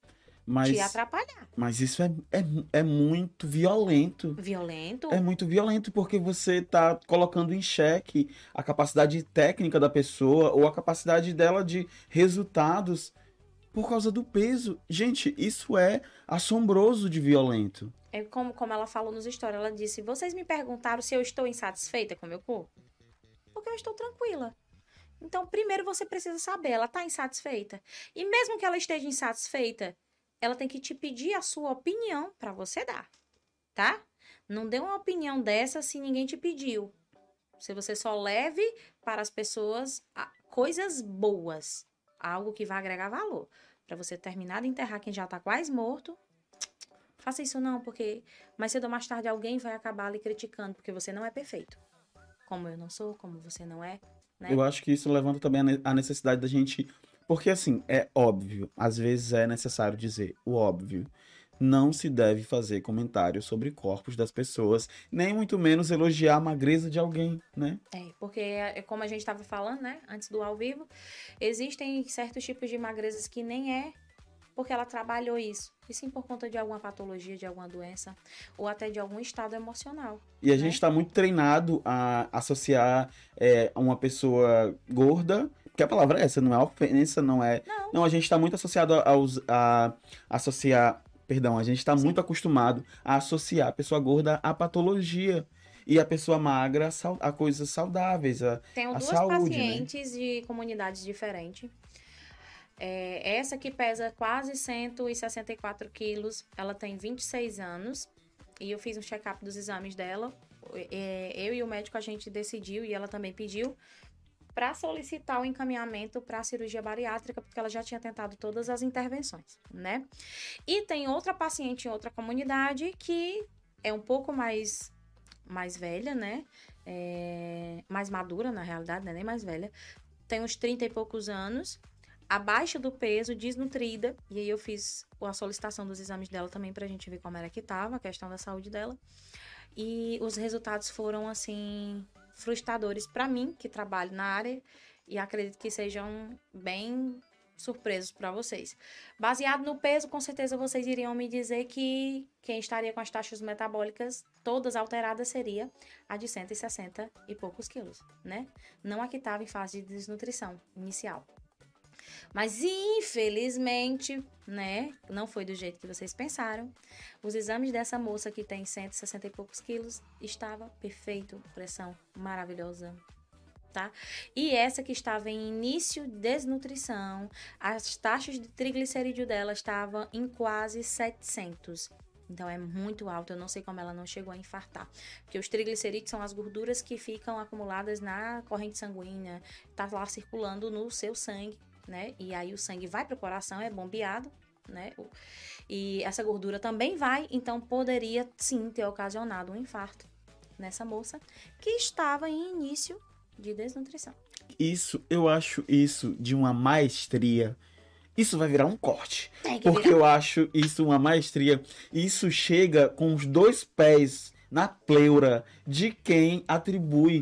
te Mas, atrapalhar. mas isso é muito violento. É Violento? muito violento porque você está colocando em xeque a capacidade técnica da pessoa ou a capacidade dela de resultados por causa do peso. Gente, isso é assombroso de violento. É como ela falou nos stories, ela disse, vocês me perguntaram se eu estou insatisfeita com o meu corpo? Porque eu estou tranquila. Então, primeiro você precisa saber, ela está insatisfeita. E mesmo que ela esteja insatisfeita, ela tem que te pedir a sua opinião para você dar, tá? Não dê uma opinião dessa se ninguém te pediu. Se você só leve para as pessoas coisas boas, algo que vai agregar valor. Para você terminar de enterrar quem já está quase morto, faça isso não, porque mais cedo ou mais tarde alguém vai acabar lhe criticando, porque você não é perfeito. Como eu não sou, como você não é, né? Eu acho que isso levanta também a necessidade da gente. Porque, assim, é óbvio, às vezes é necessário dizer o óbvio. Não se deve fazer comentários sobre corpos das pessoas, nem muito menos elogiar a magreza de alguém, né? Porque como a gente estava falando, né, antes do ao vivo, existem certos tipos de magrezas que nem é porque ela trabalhou isso, e sim por conta de alguma patologia, de alguma doença, ou até de algum estado emocional. E a né? gente está muito treinado a associar uma pessoa gorda, porque a palavra é essa, não é ofensa, não é. Não, Não, a gente está muito associado a associar. Perdão, a gente está sim. muito acostumado a associar a pessoa gorda à patologia. E a pessoa magra a coisas saudáveis, Tenho a duas saúde, né? pacientes de comunidades diferentes. Essa que pesa quase 164 quilos, ela tem 26 anos. E eu fiz um check-up dos exames dela. Eu e o médico, a gente decidiu, e ela também pediu, para solicitar o encaminhamento para a cirurgia bariátrica, porque ela já tinha tentado todas as intervenções, né? E tem outra paciente em outra comunidade que é um pouco mais velha, né? Mais madura, na realidade, né? Nem mais velha. Tem uns 30 e poucos anos, abaixo do peso, desnutrida. E aí eu fiz a solicitação dos exames dela também pra gente ver como era que tava, a questão da saúde dela. E os resultados foram, assim, frustradores pra mim, que trabalho na área. E acredito que sejam bem surpresos para vocês. Baseado no peso, com certeza vocês iriam me dizer que quem estaria com as taxas metabólicas todas alteradas seria a de 160 e poucos quilos, né? Não a que estava em fase de desnutrição inicial. Mas, infelizmente, né, não foi do jeito que vocês pensaram. Os exames dessa moça que tem 160 e poucos quilos estava perfeito, pressão maravilhosa, tá? E essa que estava em início de desnutrição, as taxas de triglicerídeo dela estavam em quase 700. Então, é muito alto. Eu não sei como ela não chegou a infartar. Porque os triglicerídeos são as gorduras que ficam acumuladas na corrente sanguínea. Tá lá circulando no seu sangue, né? E aí o sangue vai para o coração, é bombeado, né? E essa gordura também vai. Então, poderia, sim, ter ocasionado um infarto nessa moça que estava em início de desnutrição. Isso, eu acho isso de uma maestria. Isso vai virar um corte. Porque virar. Eu acho isso uma maestria. Isso chega com os dois pés na pleura de quem atribui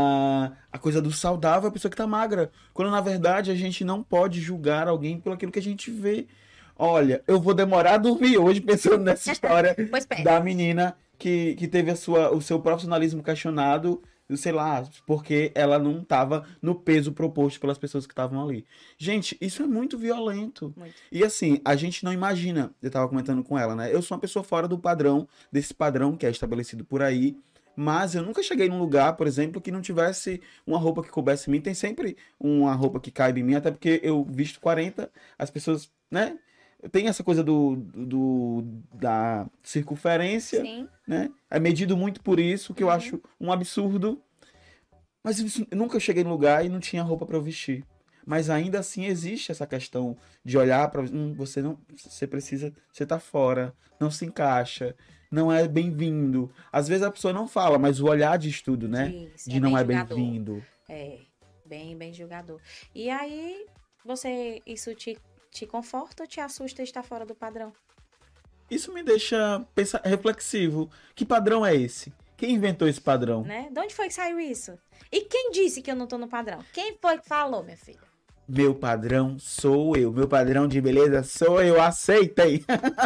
a coisa do saudável à pessoa que tá magra. Quando, na verdade, a gente não pode julgar alguém pelo aquilo que a gente vê. Olha, eu vou demorar a dormir hoje pensando nessa história da menina que teve o seu profissionalismo questionado, sei lá, porque ela não estava no peso proposto pelas pessoas que estavam ali. Gente, isso é muito violento. Muito. E assim, a gente não imagina, eu estava comentando com ela, né? Eu sou uma pessoa fora do padrão, desse padrão que é estabelecido por aí, mas eu nunca cheguei num lugar, por exemplo, que não tivesse uma roupa que coubesse em mim. Tem sempre uma roupa que caiba em mim, até porque eu visto 40, as pessoas, né? Tem essa coisa da circunferência, Sim. né? É medido muito por isso, que eu acho um absurdo. Mas eu nunca cheguei no lugar e não tinha roupa para eu vestir. Mas ainda assim existe essa questão de olhar para você precisa, você tá fora, não se encaixa, não é bem-vindo. Às vezes a pessoa não fala, mas o olhar diz tudo, né? Isso, de não é bem-vindo. É, bem julgador. E aí, isso te conforta ou te assusta estar fora do padrão? Isso me deixa reflexivo. Que padrão é esse? Quem inventou esse padrão? Né? De onde foi que saiu isso? E quem disse que eu não tô no padrão? Quem foi que falou, minha filha? Meu padrão sou eu. Meu padrão de beleza sou eu. Aceitem!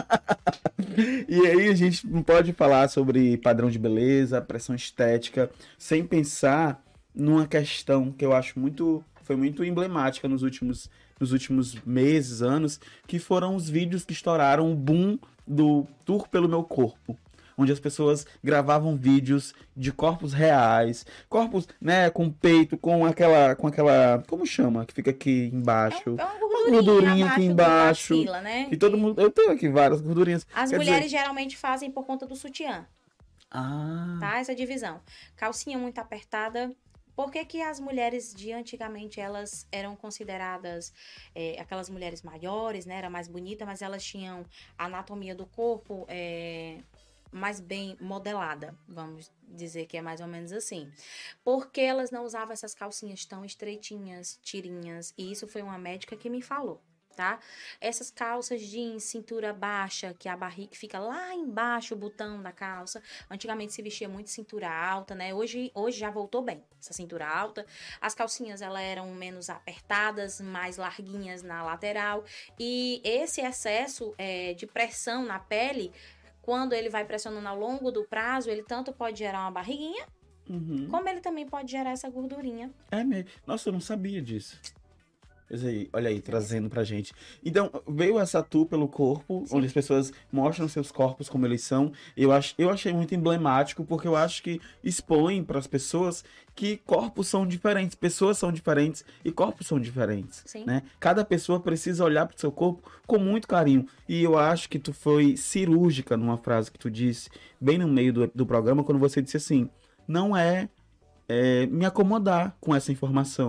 E aí a gente não pode falar sobre padrão de beleza, pressão estética, sem pensar numa questão que eu acho foi muito emblemática nos últimos meses, anos, que foram os vídeos que estouraram o boom do Tour pelo Meu Corpo, onde as pessoas gravavam vídeos de corpos reais, corpos, né, com peito, com aquela, como chama, que fica aqui embaixo, uma gordurinha aqui embaixo, axila, né? e todo mundo, eu tenho aqui várias gordurinhas. As mulheres geralmente fazem por conta do sutiã. Tá? Essa divisão. Calcinha muito apertada. Por que as mulheres de antigamente, elas eram consideradas aquelas mulheres maiores, né? Era mais bonita, mas elas tinham a anatomia do corpo mais bem modelada, vamos dizer que é mais ou menos assim. Porque elas não usavam essas calcinhas tão estreitinhas, tirinhas, e isso foi uma médica que me falou. Tá? Essas calças jeans, cintura baixa, que a barriga fica lá embaixo, o botão da calça. Antigamente se vestia muito cintura alta, né? Hoje já voltou bem, essa cintura alta. As calcinhas, elas eram menos apertadas, mais larguinhas na lateral. E esse excesso de pressão na pele, quando ele vai pressionando ao longo do prazo, ele tanto pode gerar uma barriguinha, como ele também pode gerar essa gordurinha. É mesmo. Nossa, eu não sabia disso. Olha aí, trazendo pra gente. Então, veio essa tour pelo corpo, onde as pessoas mostram seus corpos como eles são. Eu achei muito emblemático, porque eu acho que expõe para as pessoas que corpos são diferentes, pessoas são diferentes e corpos são diferentes. Né? Cada pessoa precisa olhar pro seu corpo com muito carinho. E eu acho que tu foi cirúrgica numa frase que tu disse, bem no meio do programa, quando você disse assim, não me acomodar com essa informação.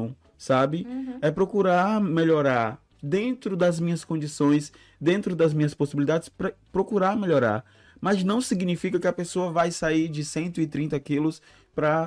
sabe? É procurar melhorar dentro das minhas condições, dentro das minhas possibilidades, procurar melhorar. Mas não significa que a pessoa vai sair de 130 quilos para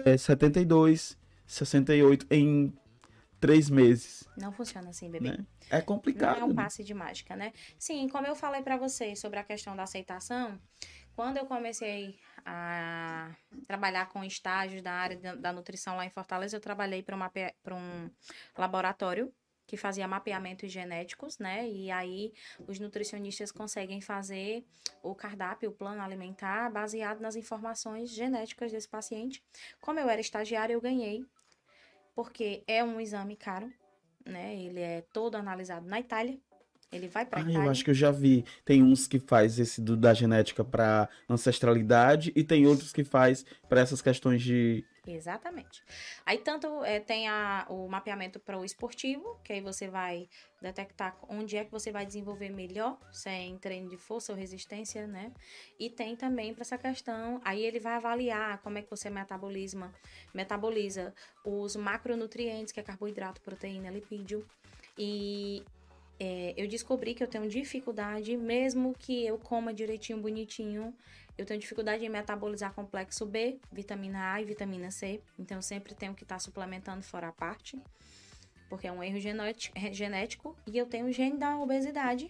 72, 68 em 3 meses. Não funciona assim, bebê. Né? É complicado. Não é um passe de mágica, né? Sim, como eu falei pra vocês sobre a questão da aceitação, quando eu comecei a trabalhar com estágios da área da nutrição lá em Fortaleza, eu trabalhei para um laboratório que fazia mapeamentos genéticos, né? E aí os nutricionistas conseguem fazer o cardápio, o plano alimentar, baseado nas informações genéticas desse paciente. Como eu era estagiária, eu ganhei, porque é um exame caro, né? Ele é todo analisado na Itália. Ele vai para Itália. Eu acho que eu já vi. Tem uns que faz esse da genética para ancestralidade e tem outros que faz para essas questões de... Exatamente. Aí tanto tem o mapeamento para o esportivo, que aí você vai detectar onde é que você vai desenvolver melhor, se é em treino de força ou resistência, né? E tem também para essa questão, aí ele vai avaliar como é que você metaboliza os macronutrientes, que é carboidrato, proteína, lipídio. E eu descobri que eu tenho dificuldade, mesmo que eu coma direitinho, bonitinho, eu tenho dificuldade em metabolizar complexo B, vitamina A e vitamina C. Então, eu sempre tenho que estar suplementando fora a parte, porque é um erro genético. E eu tenho o gene da obesidade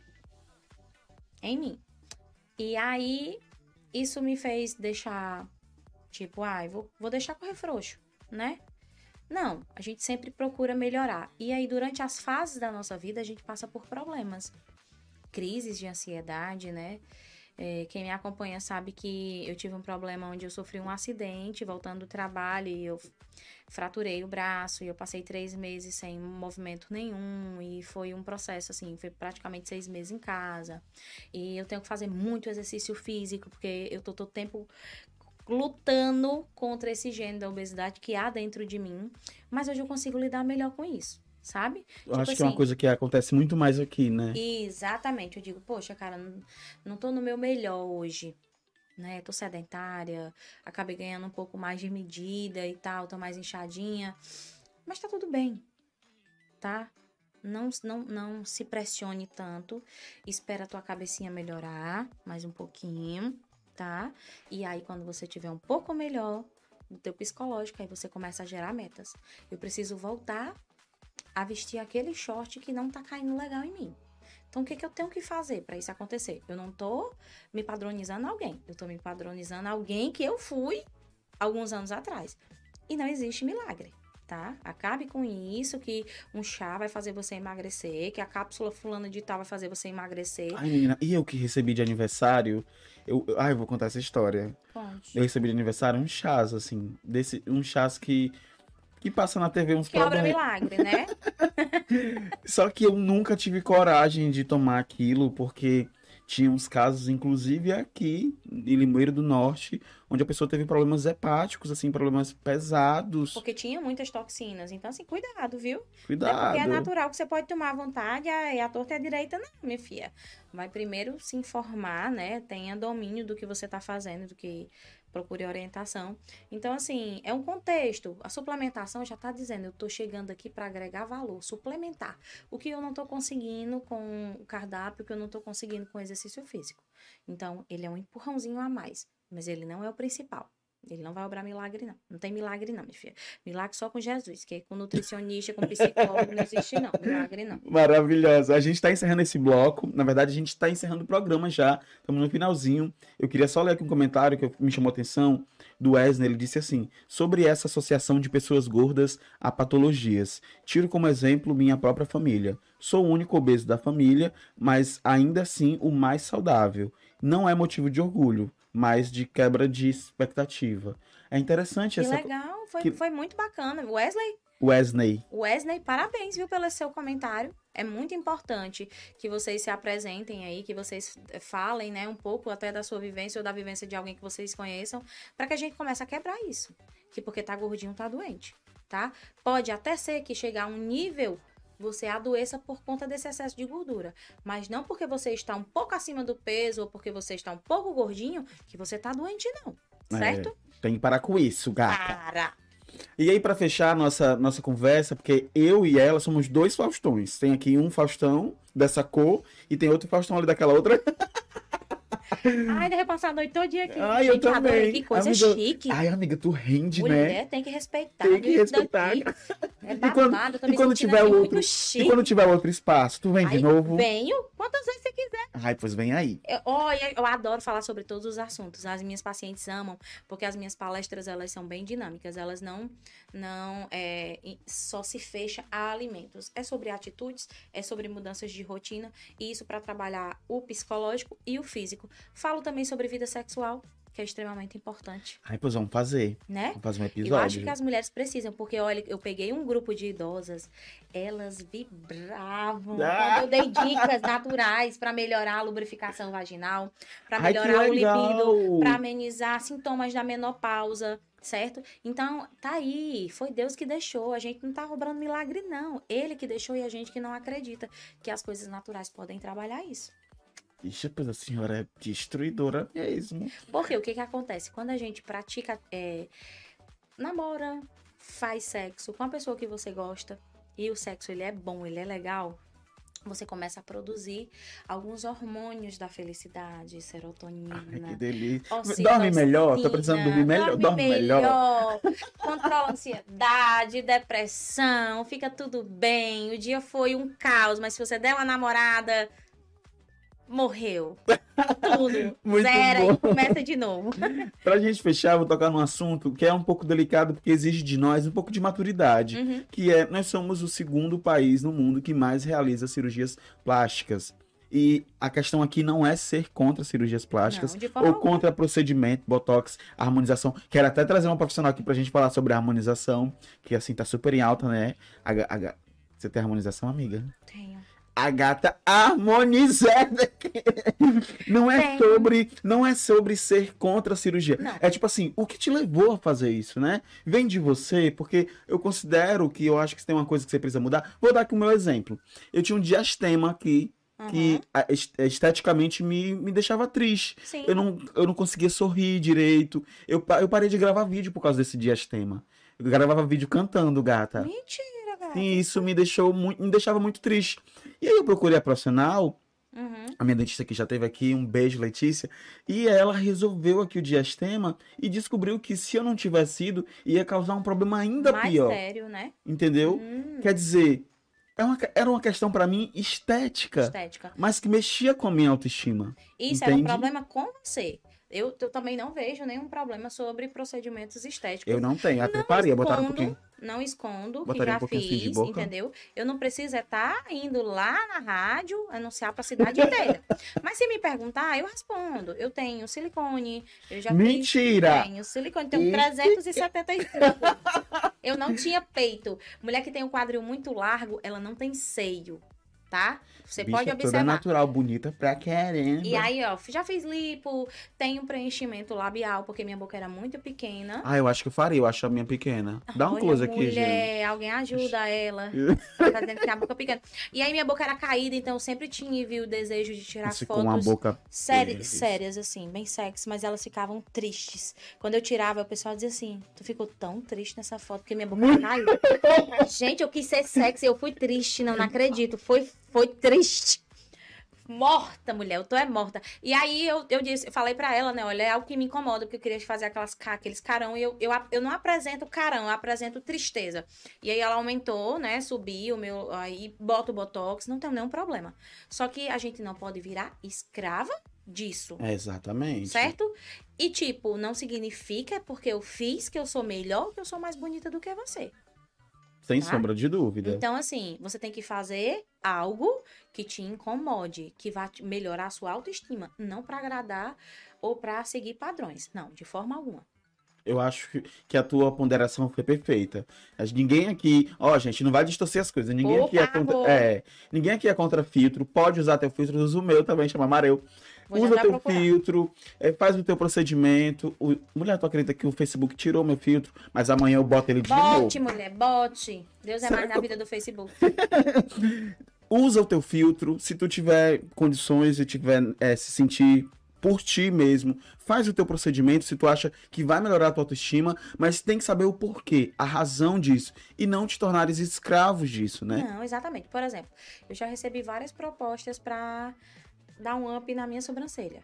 em mim. E aí, isso me fez deixar, tipo, vou deixar correr frouxo, né? Não, a gente sempre procura melhorar. E aí, durante as fases da nossa vida, a gente passa por problemas. Crises de ansiedade, né? Quem me acompanha sabe que eu tive um problema onde eu sofri um acidente voltando do trabalho e eu fraturei o braço e eu passei 3 meses sem movimento nenhum e foi um processo assim, foi praticamente 6 meses em casa e eu tenho que fazer muito exercício físico porque eu tô todo tempo lutando contra esse gene da obesidade que há dentro de mim, mas hoje eu consigo lidar melhor com isso. Sabe? Eu acho que é uma coisa que acontece muito mais aqui, né? Exatamente. Eu digo, poxa, cara, não tô no meu melhor hoje, né? Tô sedentária, acabei ganhando um pouco mais de medida e tal, tô mais inchadinha. Mas tá tudo bem, tá? Não se pressione tanto. Espera a tua cabecinha melhorar mais um pouquinho, tá? E aí, quando você tiver um pouco melhor do teu psicológico, aí você começa a gerar metas. Eu preciso voltar a vestir aquele short que não tá caindo legal em mim. Então, o que eu tenho que fazer para isso acontecer? Eu não tô me padronizando alguém. Eu tô me padronizando alguém que eu fui alguns anos atrás. E não existe milagre, tá? Acabe com isso, que um chá vai fazer você emagrecer, que a cápsula fulana de tal vai fazer você emagrecer. Ai, menina, e eu que recebi de aniversário, eu vou contar essa história. Ponte. Eu recebi de aniversário um chás, assim, um chás que passa na TV uns que obra milagre, né? Só que eu nunca tive coragem de tomar aquilo, porque tinha uns casos, inclusive aqui em Limoeiro do Norte, onde a pessoa teve problemas hepáticos, assim, problemas pesados. Porque tinha muitas toxinas. Então, assim, cuidado, viu? Cuidado. Não é porque é natural que você pode tomar à vontade e a torta é a direita, não, minha filha. Vai primeiro se informar, né? Tenha domínio do que você tá fazendo, do que procure orientação. Então, assim, é um contexto. A suplementação já tá dizendo, eu tô chegando aqui para agregar valor, suplementar. O que eu não tô conseguindo com o cardápio, o que eu não tô conseguindo com o exercício físico. Então, ele é um empurrãozinho a mais, mas ele não é o principal. Ele não vai obrar milagre, não. Não tem milagre, não, minha filha. Milagre só com Jesus, que com nutricionista, com psicólogo, não existe, não. Milagre, não. Maravilhosa. A gente tá encerrando esse bloco. Na verdade, a gente tá encerrando o programa já. Estamos no finalzinho. Eu queria só ler aqui um comentário que me chamou a atenção do Wesley. Ele disse assim, sobre essa associação de pessoas gordas a patologias. Tiro como exemplo minha própria família. Sou o único obeso da família, mas ainda assim o mais saudável. Não é motivo de orgulho, mas de quebra de expectativa. É interessante que essa... legal, foi muito bacana. Wesley, parabéns, viu, pelo seu comentário. É muito importante que vocês se apresentem aí, que vocês falem, né, um pouco até da sua vivência ou da vivência de alguém que vocês conheçam, para que a gente comece a quebrar isso. Que porque tá gordinho, tá doente, tá? Pode até ser que chegar a um nível... você adoeça por conta desse excesso de gordura. Mas não porque você está um pouco acima do peso ou porque você está um pouco gordinho que você está doente, não. Certo? Tem que parar com isso, gata. Para! E aí, pra fechar a nossa conversa, porque eu e ela somos dois Faustões. Tem aqui um Faustão dessa cor e tem outro Faustão ali daquela outra. Ai, deve passar a noite todinha aqui. Ai, eu Gente, adorei, também. que coisa Amiga, chique. ai, amiga, tu rende, Mulher, né? tem que respeitar. Tem que Isso respeitar. daqui É E quando, babado, eu tô e me quando sentindo tiver aqui outro, muito e chique. quando tiver outro espaço, tu vem de Aí, novo? venho quantas vezes você quiser. Ai, pois vem aí. Olha, eu adoro falar sobre todos os assuntos. As minhas pacientes amam, porque as minhas palestras, elas são bem dinâmicas. Elas não só se fecha a alimentos. É sobre atitudes, é sobre mudanças de rotina, e isso para trabalhar o psicológico e o físico. Falo também sobre vida sexual, que é extremamente importante, Ai, pois vamos fazer. né? Vamos fazer um Eu episódio. acho que as mulheres precisam, porque olha, eu peguei um grupo de idosas, elas vibravam Ah! quando eu dei dicas naturais para melhorar a lubrificação vaginal, para Ai, que melhorar o legal! libido, para amenizar sintomas da menopausa, certo? Então, tá aí, foi Deus que deixou, a gente não tá roubando milagre não, ele que deixou e a gente que não acredita que as coisas naturais podem trabalhar isso. Ixi, pois a senhora é destruidora mesmo. Porque o que que acontece? Quando a gente pratica, namora, faz sexo com a pessoa que você gosta, e o sexo ele é bom, ele é legal, você começa a produzir alguns hormônios da felicidade, serotonina. Ai, que delícia. ocitocina, Dorme melhor? Tô precisando dormir melhor. Dorme melhor. Controla a ansiedade, depressão, fica tudo bem. O dia foi um caos, mas se você der uma namorada, morreu. Tudo. Muito Zera bom. e começa de novo. Pra gente fechar, eu vou tocar num assunto que é um pouco delicado, porque exige de nós um pouco de maturidade. Uhum. Que é, nós somos o segundo país no mundo que mais realiza cirurgias plásticas. E a questão aqui não é ser contra cirurgias plásticas Não, de forma ou alguma. contra procedimento, botox, harmonização. Quero até trazer uma profissional aqui pra gente falar sobre a harmonização, que assim tá super em alta, né? Você tem harmonização, amiga? Tenho. A gata harmonizada. Não é sobre ser contra a cirurgia. Não. É tipo assim, o que te levou a fazer isso, né? Vem de você, porque eu considero que eu acho que tem uma coisa que você precisa mudar. Vou dar aqui o meu exemplo. Eu tinha um diastema aqui que esteticamente me deixava triste. Sim. Eu não conseguia sorrir direito. Eu parei de gravar vídeo por causa desse diastema. Eu gravava vídeo cantando, gata. Mentira, cara. Sim, isso me deixava muito triste. E aí eu procurei a profissional, Uhum. a minha dentista que já teve aqui, um beijo, Letícia, e ela resolveu aqui o diastema e descobriu que se eu não tivesse ido, ia causar um problema ainda Mais pior. sério, né? Entendeu? Quer dizer, era uma questão pra mim estética, Estética. mas que mexia com a minha autoestima. Isso era um Entende? problema com você. Eu também não vejo nenhum problema sobre procedimentos estéticos. Eu não tenho, até parei, botaram um pouquinho. Não escondo, que Botaria já um pouquinho assim de fiz, boca. entendeu? Eu não preciso estar indo lá na rádio anunciar para a cidade inteira. Mas se me perguntar, eu respondo. Eu tenho silicone, eu já Mentira! tenho silicone, tenho E- 375. Eu não tinha peito. Mulher que tem um quadril muito largo, ela não tem seio, tá? Você Bicha pode toda observar. natural, bonita pra caramba. E aí, ó, já fiz lipo, tenho preenchimento labial, porque minha boca era muito pequena. Ah, eu acho que eu faria, eu acho a minha pequena. Dá um Olha, close aqui, gente. mulher, alguém ajuda ela. Tá fazendo que a boca pequena. E aí minha boca era caída, então eu sempre tive o desejo de tirar Você com uma fotos boca sérias, assim, bem sexy, mas elas ficavam tristes. Quando eu tirava, o pessoal dizia assim, tu ficou tão triste nessa foto, porque minha boca era caída. Gente, eu quis ser sexy, eu fui triste, não acredito. Foi triste. Morta, mulher, eu tô morta. E aí eu falei pra ela, né, olha, é algo que me incomoda, porque eu queria fazer aqueles carão, e eu não apresento carão, eu apresento tristeza. E aí ela aumentou, né, subiu, aí boto o botox, não tem nenhum problema. Só que a gente não pode virar escrava disso, É, exatamente. certo? E tipo, não significa porque eu fiz que eu sou melhor, que eu sou mais bonita do que você. Sem Tá? sombra de dúvida. Então, assim, você tem que fazer algo que te incomode, que vá melhorar a sua autoestima, não pra agradar ou pra seguir padrões. Não, de forma alguma. Eu acho que a tua ponderação foi perfeita. Ninguém aqui, ó, gente, não vai distorcer as coisas. Ninguém Por aqui é contra, favor. ninguém aqui é contra filtro. Pode usar teu filtro, usa o meu também, chama Amarelo. Vou já Usa já teu procurar. filtro, faz o teu procedimento. Mulher, tu acredita que o Facebook tirou meu filtro, mas amanhã eu boto ele de novo. Bote, mulher, bote. Deus é Será mais que na eu- vida do Facebook. Usa o teu filtro. Se tu tiver condições e tiver se sentir por ti mesmo, faz o teu procedimento se tu acha que vai melhorar a tua autoestima, mas tem que saber o porquê, a razão disso, e não te tornares escravos disso, né? Não, exatamente. Por exemplo, eu já recebi várias propostas para dar um up na minha sobrancelha.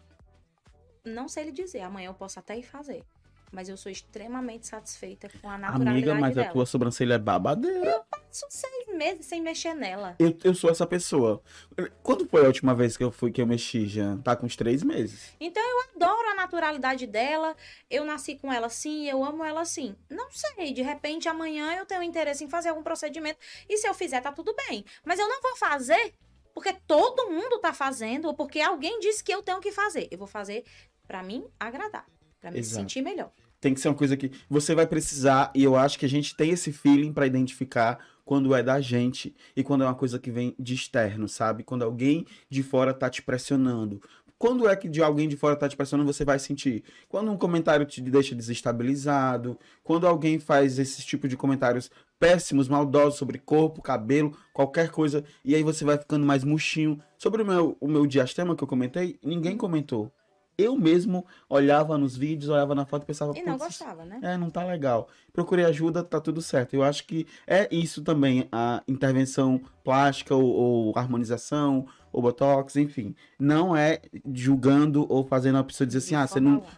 Não sei lhe dizer, amanhã eu posso até ir fazer. Mas eu sou extremamente satisfeita com a naturalidade Amiga, mas dela. a tua sobrancelha é babadeira. Passo 6 meses sem mexer nela. Eu sou essa pessoa. Quando foi a última vez que eu mexi, Jean? Tá com uns 3 meses. Então eu adoro a naturalidade dela. Eu nasci com ela assim, eu amo ela assim. Não sei, de repente amanhã eu tenho interesse em fazer algum procedimento. E se eu fizer, tá tudo bem. Mas eu não vou fazer porque todo mundo tá fazendo ou porque alguém disse que eu tenho que fazer. Eu vou fazer pra mim agradar, pra me Exato. sentir melhor. Tem que ser uma coisa que você vai precisar, e eu acho que a gente tem esse feeling pra identificar quando é da gente e quando é uma coisa que vem de externo, sabe? Quando alguém de fora tá te pressionando. Quando é que de alguém de fora tá te pressionando, você vai sentir? Quando um comentário te deixa desestabilizado, quando alguém faz esse tipo de comentários péssimos, maldosos sobre corpo, cabelo, qualquer coisa, e aí você vai ficando mais murchinho. Sobre o meu diastema que eu comentei, ninguém comentou. Eu mesmo olhava nos vídeos, olhava na foto e pensava... E não "Putz, gostava, né? não tá legal. Procurei ajuda, tá tudo certo." Eu acho que é isso também, a intervenção plástica ou harmonização, ou botox, enfim. Não é julgando ou fazendo a pessoa dizer assim, De você forma alguma.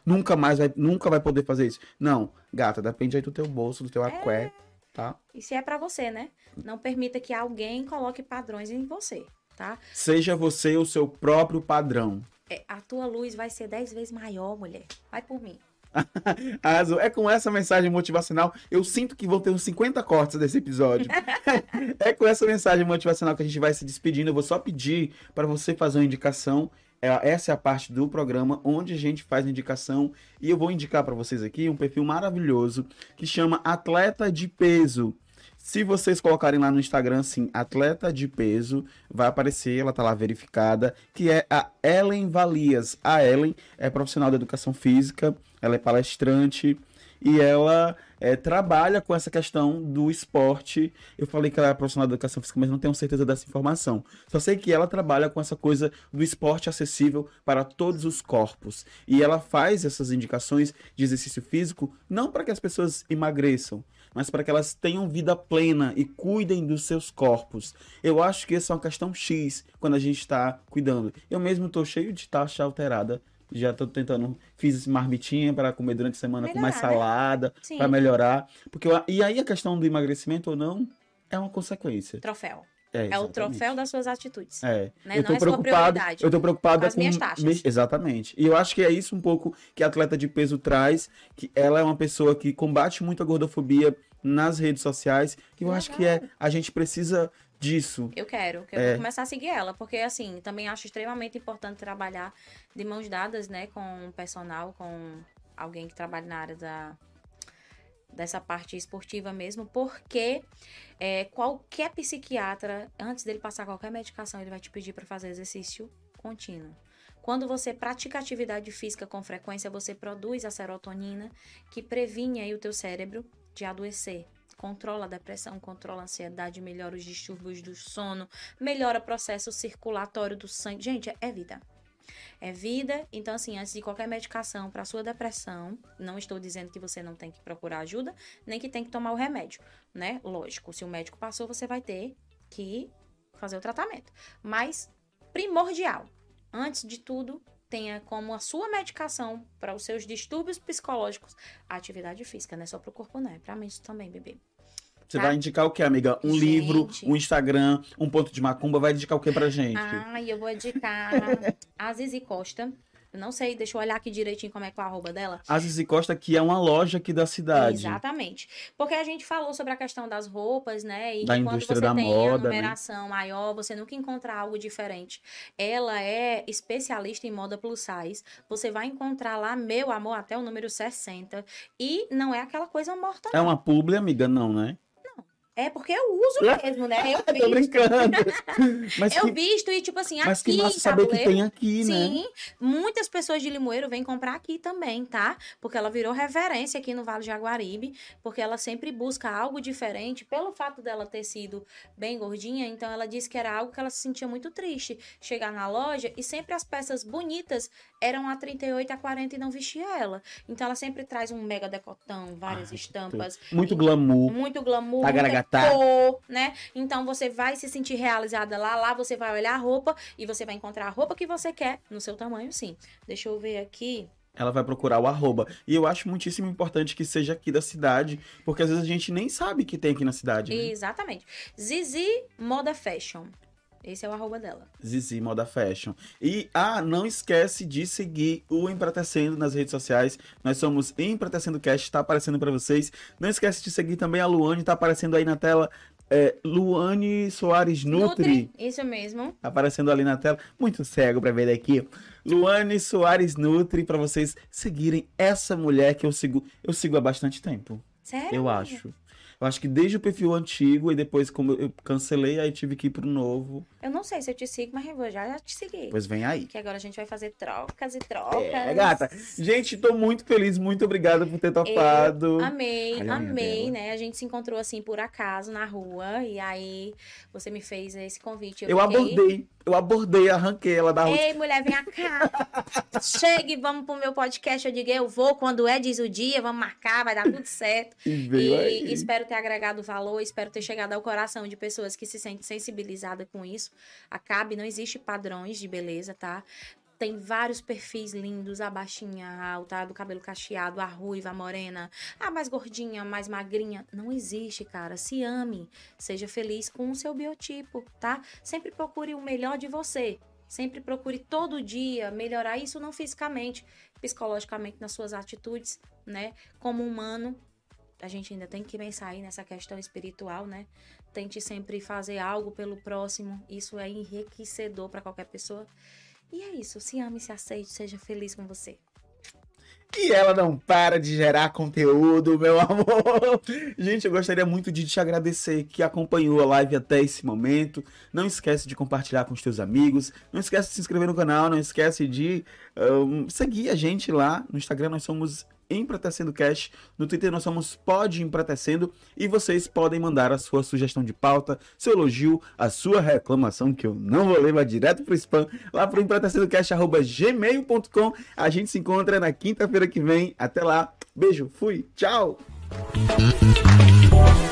nunca vai poder fazer isso. Não, gata, depende aí do teu bolso, do teu aqué, tá? E se é pra você, né? Não permita que alguém coloque padrões em você, tá? Seja você o seu próprio padrão. A tua luz vai ser 10 vezes maior, mulher. Vai por mim. Arrasou. É com essa mensagem motivacional. Eu sinto que vão ter uns 50 cortes desse episódio. É com essa mensagem motivacional que a gente vai se despedindo. Eu vou só pedir para você fazer uma indicação. Essa é a parte do programa onde a gente faz a indicação. E eu vou indicar para vocês aqui um perfil maravilhoso que chama Atleta de Peso. Se vocês colocarem lá no Instagram, assim, Atleta de Peso, vai aparecer, ela tá lá verificada, que é a Ellen Valias. A Ellen é profissional da educação física, ela é palestrante e ela trabalha com essa questão do esporte. Eu falei que ela é profissional da educação física, mas não tenho certeza dessa informação. Só sei que ela trabalha com essa coisa do esporte acessível para todos os corpos. E ela faz essas indicações de exercício físico não para que as pessoas emagreçam, mas para que elas tenham vida plena e cuidem dos seus corpos. Eu acho que essa é uma questão X quando a gente está cuidando. Eu mesmo estou cheio de taxa alterada. Já estou tentando, fiz marmitinha para comer durante a semana com mais Melhorar, né? salada, Sim. para melhorar. E aí a questão do emagrecimento ou não é uma consequência. Troféu. É É o exatamente. troféu das suas atitudes. É. Né? Eu Não tô é sua preocupado, prioridade. eu tô preocupado Com as minhas taxas. Exatamente. E eu acho que é isso um pouco que a Atleta de Peso traz, que ela é uma pessoa que combate muito a gordofobia nas redes sociais, que eu acho que a gente precisa disso. Eu vou começar a seguir ela, porque assim, também acho extremamente importante trabalhar de mãos dadas, né, com um personal, com alguém que trabalha na área dessa parte esportiva mesmo, porque qualquer psiquiatra, antes dele passar qualquer medicação, ele vai te pedir para fazer exercício contínuo. Quando você pratica atividade física com frequência, você produz a serotonina, que previne aí o teu cérebro de adoecer. Controla a depressão, controla a ansiedade, melhora os distúrbios do sono, melhora o processo circulatório do sangue. Gente, é vida. É vida. Então, assim, antes de qualquer medicação para sua depressão, não estou dizendo que você não tem que procurar ajuda, nem que tem que tomar o remédio, né? Lógico, se o médico passou, você vai ter que fazer o tratamento. Mas, primordial, antes de tudo, tenha como a sua medicação para os seus distúrbios psicológicos a atividade física, não é só para o corpo, não. É para a mente também, bebê. Você Tá? vai indicar o quê, amiga? Um livro, um Instagram, um ponto de macumba, vai indicar o quê pra gente? Eu vou indicar a Zizi Costa. Eu não sei, deixa eu olhar aqui direitinho como é que é o arroba dela. A Zizi Costa, que é uma loja aqui da cidade. Exatamente. Porque a gente falou sobre a questão das roupas, né? E Da que quando indústria você da tem moda, a numeração maior, você nunca encontra algo diferente. Ela é especialista em moda plus size. Você vai encontrar lá, meu amor, até o número 60. E não é aquela coisa morta, não. É uma publi, amiga? Não, né? É porque eu uso mesmo, né? Eu Tô visto. brincando. Mas Eu visto e, tipo assim, mas aqui que massa em saber que Tabuleiro, tem aqui, né? sim, muitas pessoas de Limoeiro vêm comprar aqui também, tá? Porque ela virou referência aqui no Vale de Jaguaribe, porque ela sempre busca algo diferente. Pelo fato dela ter sido bem gordinha, então ela disse que era algo que ela se sentia muito triste. Chegar na loja e sempre as peças bonitas eram a 38, a 40 e não vestia ela. Então ela sempre traz um mega decotão, várias estampas. Muito glamour. Muito glamour, muita cor, né? Então você vai se sentir realizada lá você vai olhar a roupa e você vai encontrar a roupa que você quer no seu tamanho, sim. Deixa eu ver aqui. Ela vai procurar o @. E eu acho muitíssimo importante que seja aqui da cidade, porque às vezes a gente nem sabe que tem aqui na cidade. Né? Exatamente. Zizi Moda Fashion. Esse é o @ dela. Zizi Moda Fashion. E, não esquece de seguir o Empretecendo nas redes sociais. Nós somos Empretecendo Cast, tá aparecendo para vocês. Não esquece de seguir também a Luane, tá aparecendo aí na tela. Luane Soares Nutri. Isso mesmo. Aparecendo ali na tela. Muito cego pra ver daqui. Luane Soares Nutri, pra vocês seguirem essa mulher que eu sigo há bastante tempo. Sério? Eu acho. Eu acho que desde o perfil antigo e depois, como eu cancelei, aí tive que ir pro novo. Eu não sei se eu te sigo, mas eu já te segui. Pois vem aí. Que agora a gente vai fazer trocas e trocas. Gata. Gente, tô muito feliz. Muito obrigada por ter topado. Eu amei, né? A gente se encontrou assim por acaso na rua. E aí você me fez esse convite. Eu abordei, arranquei ela da rua. Ei, mulher, vem cá. Chega e vamos pro meu podcast. Eu digo, eu vou quando diz o dia, vamos marcar, vai dar tudo certo. E espero ter agregado valor, espero ter chegado ao coração de pessoas que se sentem sensibilizadas com isso. Acabe, não existe padrões de beleza, tá? Tem vários perfis lindos, a baixinha, a alta, do cabelo cacheado, a ruiva, a morena, a mais gordinha, a mais magrinha. Não existe, cara. Se ame, seja feliz com o seu biotipo, tá? Sempre procure o melhor de você. Sempre procure todo dia melhorar isso, não fisicamente, psicologicamente, nas suas atitudes, né? Como humano, a gente ainda tem que pensar aí nessa questão espiritual, né? Tente sempre fazer algo pelo próximo. Isso é enriquecedor para qualquer pessoa. E é isso. Se ame, se aceite, seja feliz com você. E ela não para de gerar conteúdo, meu amor. Gente, eu gostaria muito de te agradecer que acompanhou a live até esse momento. Não esquece de compartilhar com os teus amigos. Não esquece de se inscrever no canal. Não esquece de seguir a gente lá. No Instagram nós somos Empretecendo Cast. No Twitter nós somos Pod Empretecendo. E vocês podem mandar a sua sugestão de pauta, seu elogio, a sua reclamação, que eu não vou ler, vai direto pro spam, lá pro empretecendocast@gmail.com. A gente se encontra na quinta-feira que vem. Até lá. Beijo, fui, tchau!